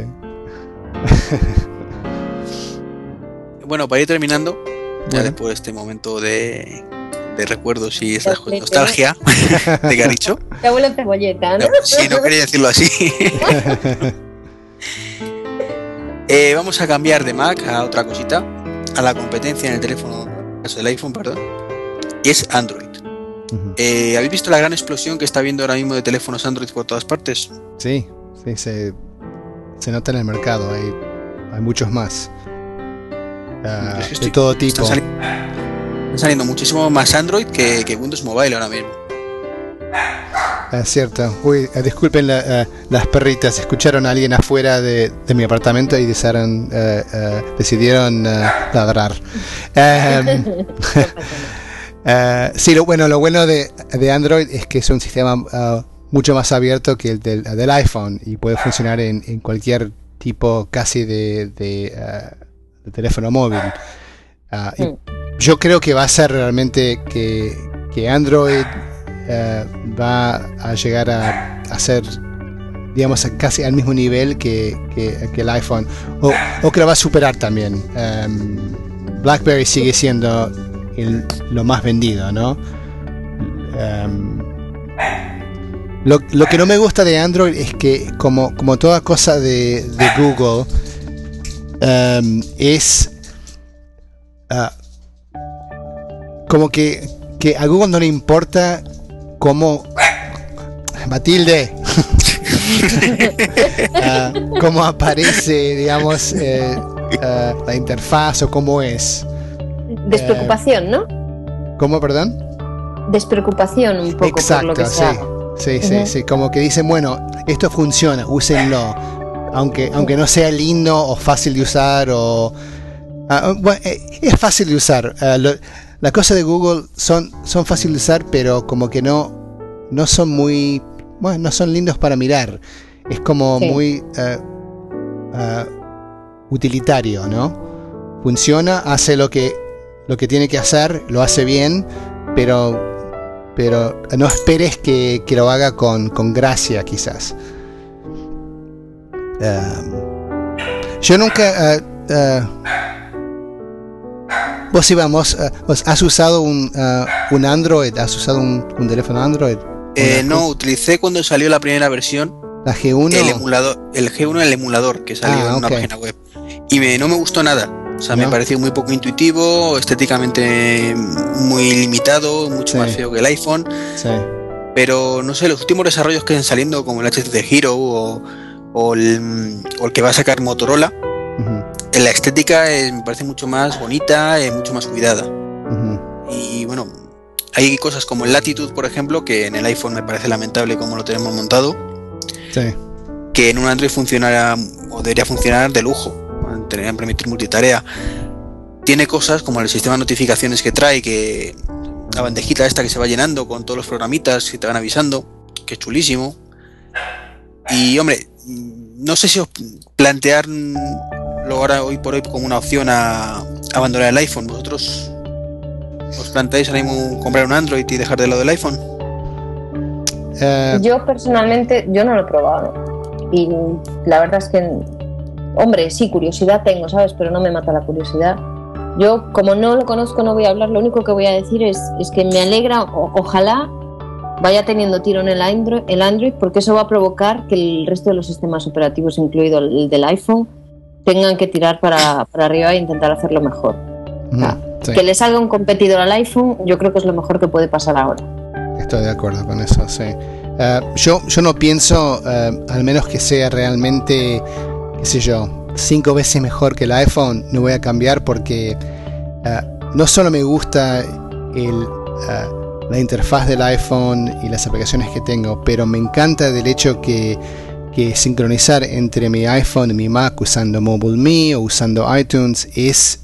Bueno, para ir terminando, ya después de este momento de recuerdos y esa nostalgia de Garicho. Te abuelo cebolleta, ¿no? Sí, no quería decirlo así. Vamos a cambiar de Mac a otra cosita, a la competencia en el teléfono, en el caso del iPhone, perdón, y es Android. ¿Habéis visto la gran explosión que está habiendo ahora mismo de teléfonos Android por todas partes? Sí, se nota en el mercado, hay muchos más, de todo tipo. Están saliendo muchísimo más Android que Windows Mobile ahora mismo. Es cierto. Uy, disculpen las perritas. Escucharon a alguien afuera de mi apartamento y decidieron ladrar. Sí, lo bueno de Android es que es un sistema mucho más abierto que el del iPhone y puede funcionar en cualquier tipo casi de teléfono móvil. Y yo creo que va a ser realmente que Android va a llegar a ser, digamos, casi al mismo nivel que el iPhone, o que lo va a superar también. BlackBerry sigue siendo lo más vendido, ¿no? Lo que no me gusta de Android es que como toda cosa de Google, es como que a Google no le importa cómo Matilde cómo aparece, digamos, la interfaz o cómo es. Despreocupación, ¿no? ¿Cómo, perdón? Despreocupación un poco. Exacto, por lo que sí. sea. Sí, como que dicen, bueno, esto funciona, úsenlo, aunque no sea lindo o fácil de usar o bueno, es fácil de usar. La cosa de Google son fáciles de usar, pero como que no son muy, bueno, no son lindos para mirar. Es como muy utilitario, ¿no? Funciona, hace lo que tiene que hacer, lo hace bien, pero no esperes que lo haga con gracia, quizás. Yo nunca... vos ¿has usado un Android? ¿Has usado un teléfono Android? No, utilicé cuando salió la primera versión. ¿La G1? El G1, el emulador que salió en una página web. Y no me gustó nada. O sea, me pareció muy poco intuitivo, estéticamente muy limitado, mucho más feo que el iPhone. Sí. Pero no sé, los últimos desarrollos que están saliendo, como el HTC Hero o el que va a sacar Motorola, la estética me parece mucho más bonita, mucho más cuidada. Y bueno, hay cosas como el Latitude, por ejemplo, que en el iPhone me parece lamentable como lo tenemos montado. Sí. Que en un Android funcionará o debería funcionar de lujo. Deberían permitir multitarea. Tiene cosas como el sistema de notificaciones que trae, que la bandejita esta que se va llenando con todos los programitas que te van avisando, que es chulísimo. Y hombre, no sé si os plantear ahora hoy por hoy como una opción a abandonar el iPhone. ¿Vosotros os planteáis ahora mismo comprar un Android y dejar de lado el iPhone? Yo personalmente, yo no lo he probado. Y la verdad es que, hombre, sí, curiosidad tengo, ¿sabes? Pero no me mata la curiosidad. Yo, como no lo conozco, no voy a hablar. Lo único que voy a decir es que me alegra, ojalá vaya teniendo tiro en el Android, porque eso va a provocar que el resto de los sistemas operativos, incluido el del iPhone, tengan que tirar para arriba e intentar hacerlo mejor. Sí. Que le salga un competidor al iPhone, yo creo que es lo mejor que puede pasar ahora. Estoy de acuerdo con eso, sí. Yo no pienso, al menos que sea realmente, qué sé yo, 5 veces mejor que el iPhone, no voy a cambiar porque no solo me gusta la interfaz del iPhone y las aplicaciones que tengo, pero me encanta del hecho que sincronizar entre mi iPhone y mi Mac usando MobileMe o usando iTunes es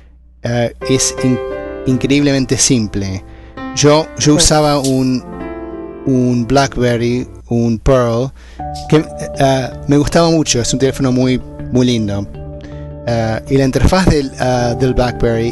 increíblemente simple. Yo usaba un BlackBerry, un Pearl, que me gustaba mucho. Es un teléfono muy, muy lindo. Y la interfaz del BlackBerry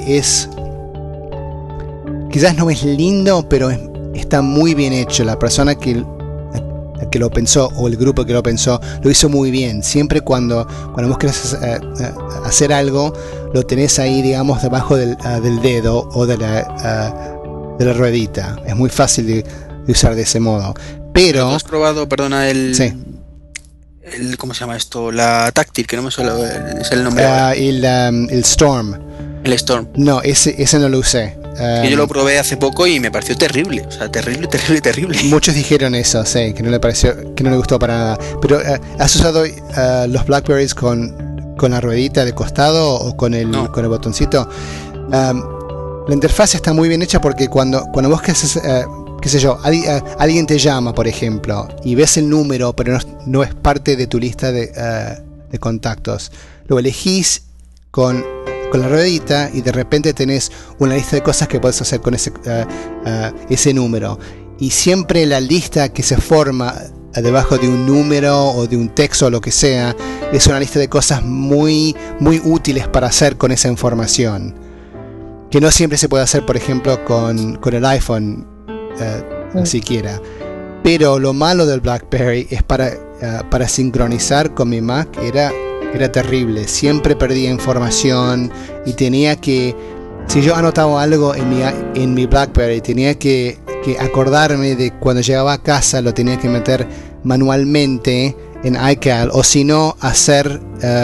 quizás no es lindo, pero está muy bien hecho. La persona que lo pensó, o el grupo que lo pensó, lo hizo muy bien. Siempre cuando vos querés hacer algo, lo tenés ahí, digamos, debajo del dedo o de la ruedita. Es muy fácil de usar de ese modo. Pero ¿has probado, perdona, sí, ¿cómo se llama esto? La táctil, que no me suele es el nombre. El Storm. El Storm. No, ese no lo usé. Que yo lo probé hace poco y me pareció terrible. O sea, terrible. Muchos dijeron eso, sí, que no le gustó para nada. Pero ¿has usado los Blackberries con la ruedita de costado o con el botoncito? La interfaz está muy bien hecha porque cuando vos qué sé yo, alguien te llama, por ejemplo, y ves el número, pero no es parte de tu lista de contactos, lo elegís con la ruedita y de repente tenés una lista de cosas que podés hacer con ese número. Y siempre la lista que se forma debajo de un número o de un texto o lo que sea es una lista de cosas muy, muy útiles para hacer con esa información, que no siempre se puede hacer, por ejemplo, con el iPhone siquiera. Pero lo malo del BlackBerry es para sincronizar con mi Mac era terrible. Siempre perdía información y tenía que, si yo anotaba algo en mi BlackBerry, tenía que acordarme de cuando llegaba a casa, lo tenía que meter manualmente en iCal, o si no, hacer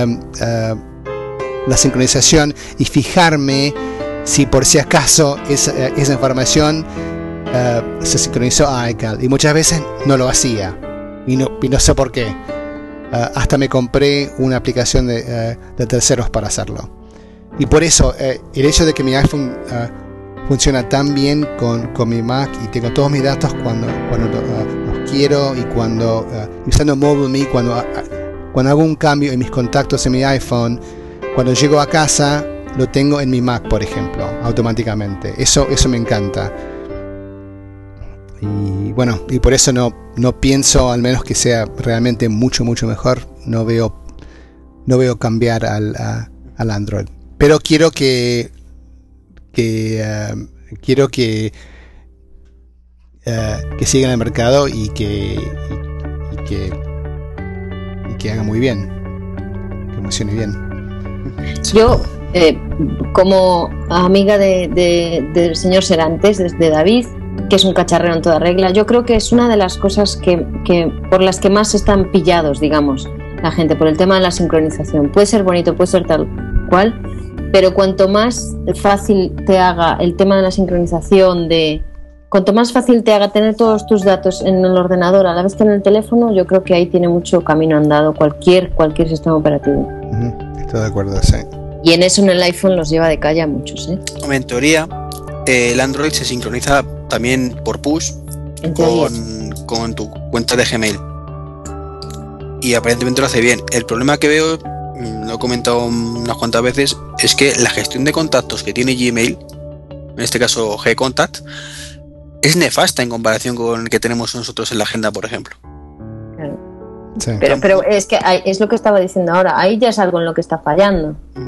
la sincronización y fijarme si por si acaso esa información se sincronizó a iCal, y muchas veces no lo hacía y no sé por qué. Hasta me compré una aplicación de terceros para hacerlo. Y por eso el hecho de que mi iPhone funciona tan bien con mi Mac y tengo todos mis datos cuando los quiero, y cuando usando MobileMe, cuando hago un cambio en mis contactos en mi iPhone, cuando llego a casa lo tengo en mi Mac, por ejemplo, automáticamente. Eso me encanta. Y bueno, y por eso no pienso, al menos que sea realmente mucho mejor, no veo cambiar al Android. Pero quiero que siga en el mercado y que haga muy bien, que funcione bien. Yo, como amiga del señor Serantes, desde David, que es un cacharrero en toda regla, yo creo que es una de las cosas que por las que más están pillados, digamos, la gente, por el tema de la sincronización. Puede ser bonito, puede ser tal cual, pero cuanto más fácil te haga el tema de la sincronización, cuanto más fácil te haga tener todos tus datos en el ordenador a la vez que en el teléfono, yo creo que ahí tiene mucho camino andado cualquier sistema operativo. Estoy de acuerdo, sí. Y en eso en el iPhone los lleva de calle a muchos, ¿eh? En teoría, el Android se sincroniza también por push con tu cuenta de Gmail. Y aparentemente lo hace bien. El problema que veo, lo he comentado unas cuantas veces, es que la gestión de contactos que tiene Gmail, en este caso Gcontact, es nefasta en comparación con el que tenemos nosotros en la agenda, por ejemplo. Claro. Sí. Pero es que es lo que estaba diciendo ahora, ahí ya es algo en lo que está fallando.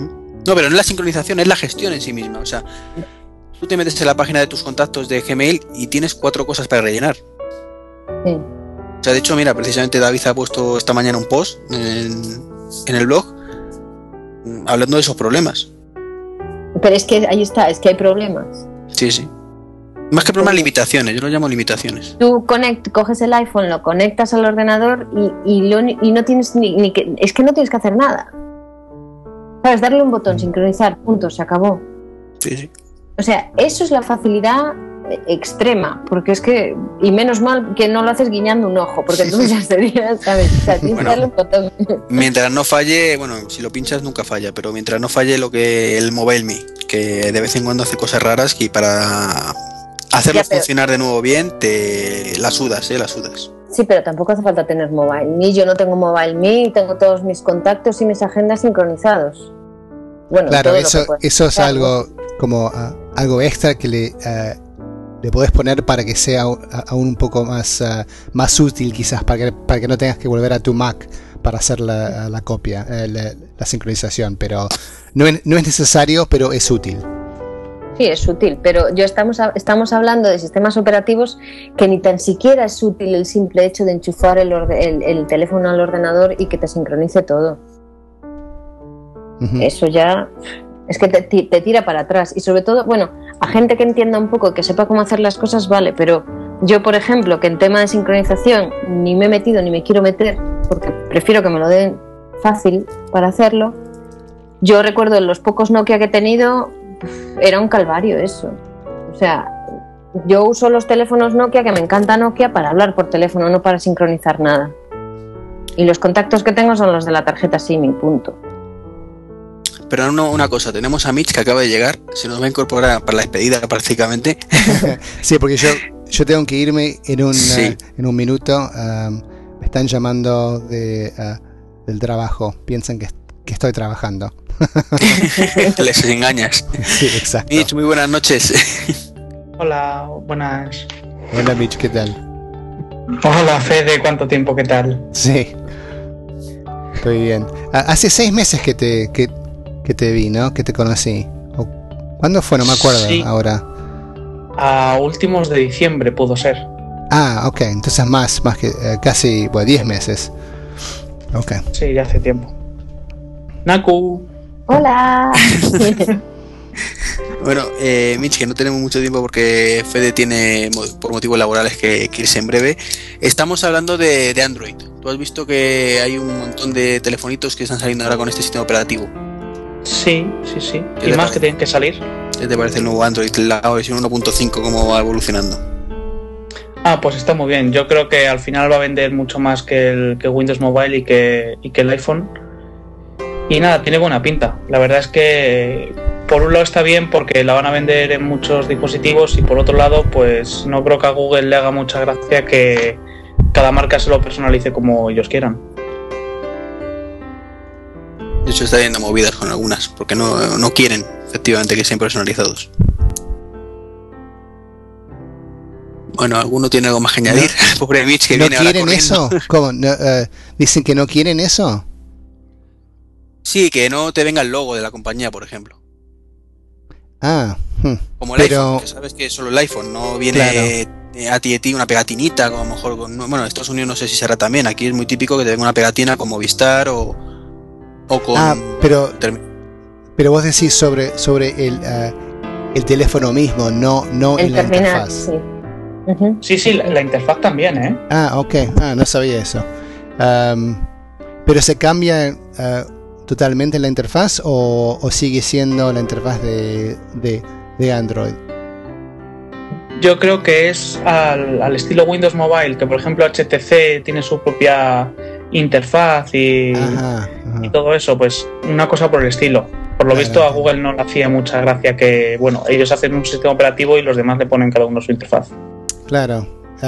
No, pero no es la sincronización, es la gestión en sí misma. O sea, tú te metes en la página de tus contactos de Gmail y tienes 4 cosas para rellenar. Sí. O sea, de hecho, mira, precisamente David ha puesto esta mañana un post en el blog hablando de esos problemas. Pero es que ahí está, es que hay problemas. Sí, sí. Más que problemas, limitaciones. Yo lo llamo limitaciones. Tú coges el iPhone, lo conectas al ordenador y no tienes ni que... Es que no tienes que hacer nada. ¿Sabes? Darle un botón, sincronizar, punto, se acabó. Sí, sí. O sea, eso es la facilidad extrema, porque es que... Y menos mal que no lo haces guiñando un ojo, porque entonces ya sería, ¿sabes? O sea, tienes que darle un botón. Mientras no falle, bueno, si lo pinchas nunca falla, pero mientras no falle lo que el MobileMe, que de vez en cuando hace cosas raras y para hacerlo funcionar de nuevo bien, te la sudas, la sudas. Sí, pero tampoco hace falta tener MobileMe. Yo no tengo MobileMe y tengo todos mis contactos y mis agendas sincronizados. Bueno, claro, eso es algo como algo extra que le podés poner para que sea aún un poco más útil, quizás, para que no tengas que volver a tu Mac para hacer la copia, la sincronización, pero no es necesario, pero es útil. Sí, es útil, pero estamos hablando de sistemas operativos que ni tan siquiera es útil el simple hecho de enchufar el teléfono al ordenador y que te sincronice todo. Uh-huh. Eso ya es que te tira para atrás. Y sobre todo, bueno, a gente que entienda un poco, que sepa cómo hacer las cosas, vale, pero yo, por ejemplo, que en tema de sincronización ni me he metido ni me quiero meter, porque prefiero que me lo den fácil para hacerlo. Yo recuerdo los pocos Nokia que he tenido, era un calvario eso. O sea, yo uso los teléfonos Nokia, que me encanta Nokia, para hablar por teléfono, no para sincronizar nada. Y los contactos que tengo son los de la tarjeta SIM y punto. Pero una cosa, tenemos a Mitch que acaba de llegar, se nos va a incorporar para la despedida prácticamente. Sí, porque yo tengo que irme en un minuto. Me están llamando del trabajo, piensan que estoy trabajando. Les engañas. Sí, exacto. Mitch, muy buenas noches. Hola, buenas. Hola Mitch, ¿qué tal? Hola Fede, ¿cuánto tiempo? ¿Qué tal? Sí, estoy bien. Hace 6 meses que te vi, ¿no? Que te conocí. ¿Cuándo fue? No me acuerdo ahora. A últimos de diciembre pudo ser. Ah, ok, entonces más que casi 10 meses. Ok. Sí, ya hace tiempo. Naku. Hola. Bueno, Mitch, que no tenemos mucho tiempo porque Fede tiene por motivos laborales que irse en breve. Estamos hablando de Android. Tú has visto que hay un montón de telefonitos que están saliendo ahora con este sistema operativo. Sí. ¿Y más que tienen que salir? ¿Qué te parece el nuevo Android, la versión 1.5, cómo va evolucionando? Pues está muy bien. Yo creo que al final va a vender mucho más que Windows Mobile y que el iPhone. Y nada, tiene buena pinta. La verdad es que por un lado está bien porque la van a vender en muchos dispositivos y por otro lado, pues no creo que a Google le haga mucha gracia que cada marca se lo personalice como ellos quieran. De hecho está viendo movidas con algunas porque no quieren efectivamente que sean personalizados. Bueno, ¿alguno tiene algo más que añadir? Pobre Mitch que viene ahora corriendo. ¿No quieren eso? ¿Cómo? ¿Dicen que no quieren eso? Sí, que no te venga el logo de la compañía, por ejemplo. Como el iPhone, que sabes que solo el iPhone, no viene a ti una pegatinita, como a lo mejor bueno, en Estados Unidos no sé si será también, aquí es muy típico que te venga una pegatina con Movistar o con... pero vos decís sobre el teléfono mismo, no en la interfaz. Sí. Uh-huh. Sí, la interfaz también, ¿eh? Ok, no sabía eso. Pero se cambia totalmente la interfaz o sigue siendo la interfaz de Android. Yo creo que es al estilo Windows Mobile, que por ejemplo HTC tiene su propia interfaz y todo eso, pues una cosa por el estilo. Por lo visto a Google no le hacía mucha gracia que, bueno, ellos hacen un sistema operativo y los demás le ponen cada uno su interfaz. Claro.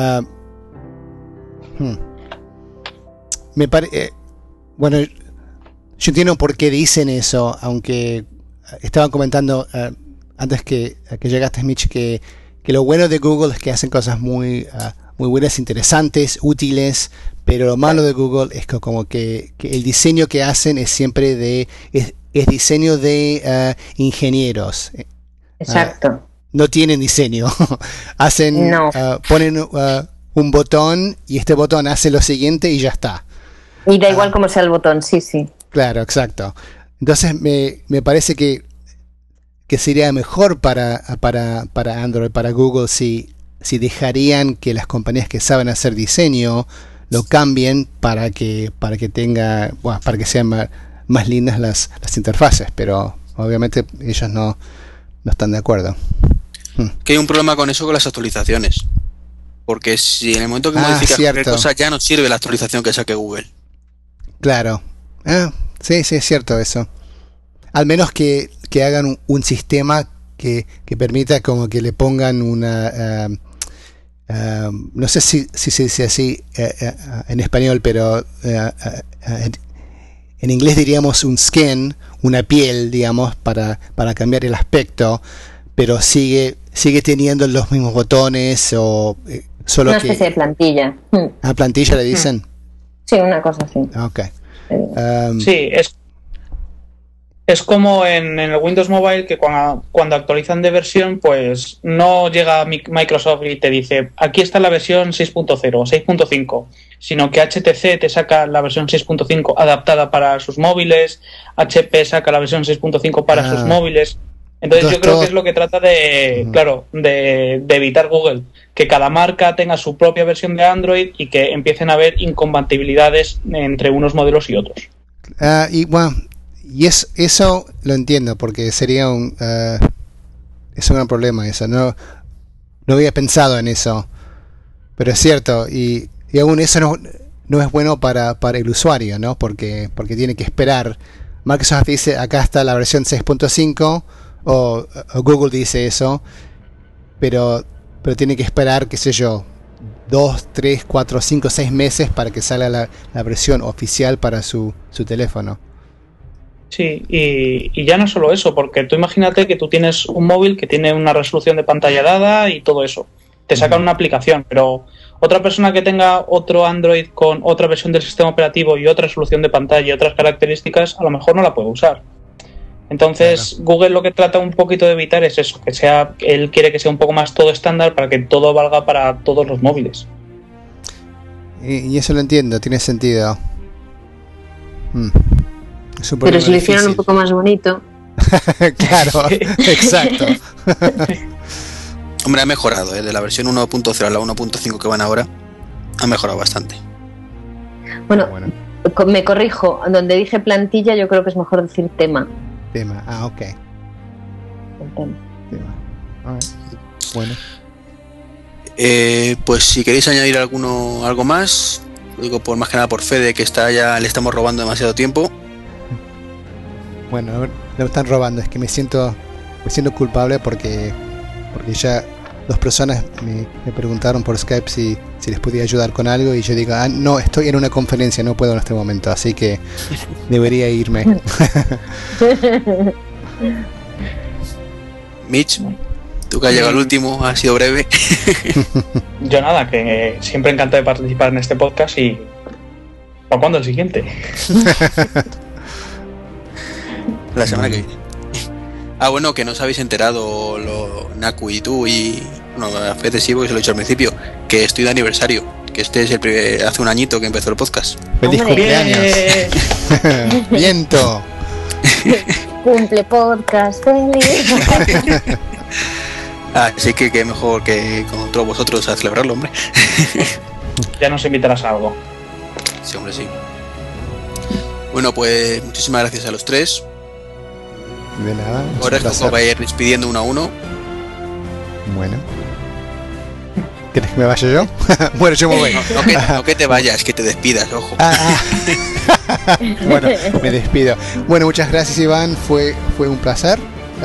Me parece... bueno, yo entiendo por qué dicen eso, aunque estaban comentando antes que llegaste, Mitch, que lo bueno de Google es que hacen cosas muy buenas, interesantes, útiles, pero lo malo de Google es que como que el diseño que hacen es siempre es diseño de ingenieros. Exacto. No tienen diseño. Ponen un botón y este botón hace lo siguiente y ya está. Y da igual cómo sea el botón, sí. Claro, exacto. Entonces me parece que sería mejor para Android, para Google, si dejarían que las compañías que saben hacer diseño lo cambien para que sean más lindas las interfaces, pero obviamente ellos no están de acuerdo. Que hay un problema con eso, con las actualizaciones, porque si en el momento que modificas cualquier cosa ya no sirve la actualización que saque Google. Claro. Sí, es cierto eso. Al menos que hagan un sistema que permita como que le pongan una no sé si se dice así en español, pero en inglés diríamos un skin, una piel, digamos, para cambiar el aspecto, pero sigue teniendo los mismos botones o solo una especie de plantilla. ¿A plantilla le dicen? Sí, una cosa así. Okay. Sí, es como en el Windows Mobile, que cuando actualizan de versión, pues no llega Microsoft y te dice aquí está la versión 6.0 o 6.5, sino que HTC te saca la versión 6.5 adaptada para sus móviles, HP saca la versión 6.5 para sus móviles. Entonces yo creo que es lo que trata de evitar Google, que cada marca tenga su propia versión de Android y que empiecen a haber incompatibilidades entre unos modelos y otros. Y eso lo entiendo, porque sería es un gran problema eso. No había pensado en eso, pero es cierto, y aún eso no es bueno para el usuario, ¿no? Porque tiene que esperar. Microsoft dice acá está la versión 6.5 o Google dice eso, pero tiene que esperar, qué sé yo, 2, 3, 4, 5, 6 meses para que salga la versión oficial para su teléfono. Sí, y ya no solo eso, porque tú imagínate que tú tienes un móvil que tiene una resolución de pantalla dada y todo eso. Te sacan una aplicación, pero otra persona que tenga otro Android con otra versión del sistema operativo y otra resolución de pantalla y otras características, a lo mejor no la puede usar. Entonces, claro. Google lo que trata un poquito de evitar es eso, él quiere que sea un poco más todo estándar para que todo valga para todos los móviles. Y eso lo entiendo, tiene sentido. Pero si lo hicieran un poco más bonito. Claro, exacto. Hombre, ha mejorado, de la versión 1.0 a la 1.5 que van ahora, ha mejorado bastante. Bueno, me corrijo, donde dije plantilla yo creo que es mejor decir tema. Ok. Tema. Bueno. Pues si queréis añadir algo más, lo digo por más que nada por Fede, que ya le estamos robando demasiado tiempo. Bueno, me están robando, es que me siento culpable porque ya 2 personas me preguntaron por Skype si les podía ayudar con algo y yo digo, no, estoy en una conferencia, no puedo en este momento, así que debería irme. Mitch, tú que has llegado al último, ha sido breve. Yo nada, que siempre encantado de participar en este podcast y ¿para cuándo el siguiente? La semana que viene. Bueno, que no os habéis enterado, Naku y tú y Fede sí, porque se lo he dicho al principio, que estoy de aniversario, que este es hace un añito que empezó el podcast. ¡Feliz cumpleaños! ¡Viento! Cumple podcast, feliz. Así que mejor que con todos vosotros a celebrarlo, hombre. Ya nos invitarás a algo. Sí, hombre, sí. Bueno, pues muchísimas gracias a los 3. De nada. Ahora es que va a ir despidiendo uno a uno. Bueno. ¿Quieres que me vaya yo? Bueno, yo me voy. No que te vayas, que te despidas, ojo. Bueno, me despido. Bueno, muchas gracias, Iván. Fue un placer.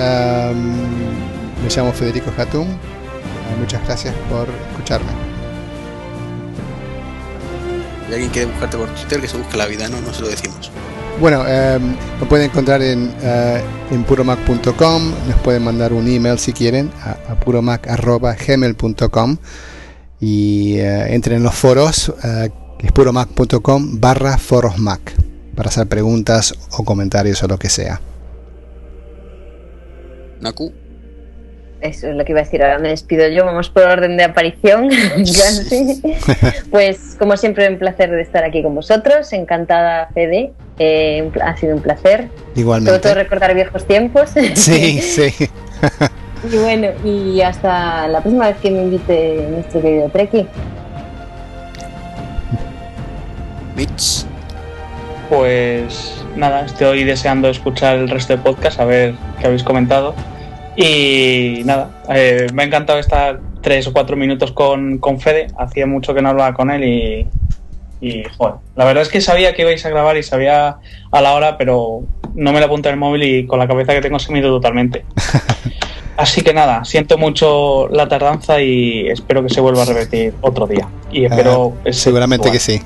Me llamo Federico Hatum. Muchas gracias por escucharme. Si alguien quiere buscarte por Twitter, que se busque la vida, no se lo decimos. Bueno, lo pueden encontrar en puromac.com. Nos pueden mandar un email si quieren a puromac@gmail.com y entren en los foros, que es puromac.com/forosmac, para hacer preguntas o comentarios o lo que sea. Naku. Eso es lo que iba a decir, ahora me despido yo, vamos por orden de aparición. Casi. Pues como siempre, un placer de estar aquí con vosotros, encantada Fede, ha sido un placer. Igualmente. Sobre todo recordar viejos tiempos. Sí, sí. Y bueno, y hasta la próxima vez que me invite nuestro querido Treki. Mitch. Pues nada, estoy deseando escuchar el resto del podcast, a ver qué habéis comentado. Y nada, me ha encantado estar 3 o 4 minutos con Fede. Hacía mucho que no hablaba con él y joder, la verdad es que sabía que ibais a grabar y sabía a la hora, pero no me la apunté en el móvil y con la cabeza que tengo se me ha ido totalmente. Así que nada, siento mucho la tardanza y espero que se vuelva a repetir otro día. Y espero seguramente que sí.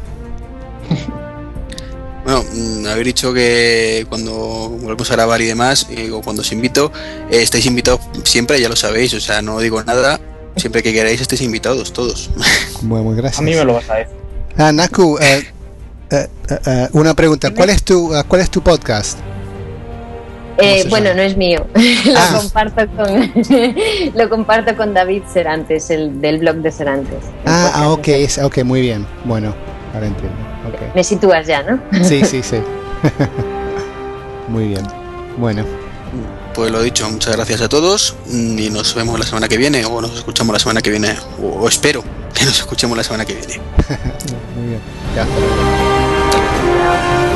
Bueno, haber dicho que cuando volvemos a grabar y demás, o cuando os invito, estáis invitados siempre, ya lo sabéis, o sea, no digo nada, siempre que queráis estáis invitados todos. Muy gracias. A mí me lo vas a decir. Naku, una pregunta, ¿cuál es tu podcast? Bueno, no es mío, lo comparto con David Serantes, el del blog de Serantes. Ok, muy bien, bueno, ahora entiendo. Okay. Me sitúas ya, ¿no? Sí. Muy bien. Bueno. Pues lo dicho, muchas gracias a todos y nos vemos la semana que viene o nos escuchamos la semana que viene o espero que nos escuchemos la semana que viene. Muy bien. Ya.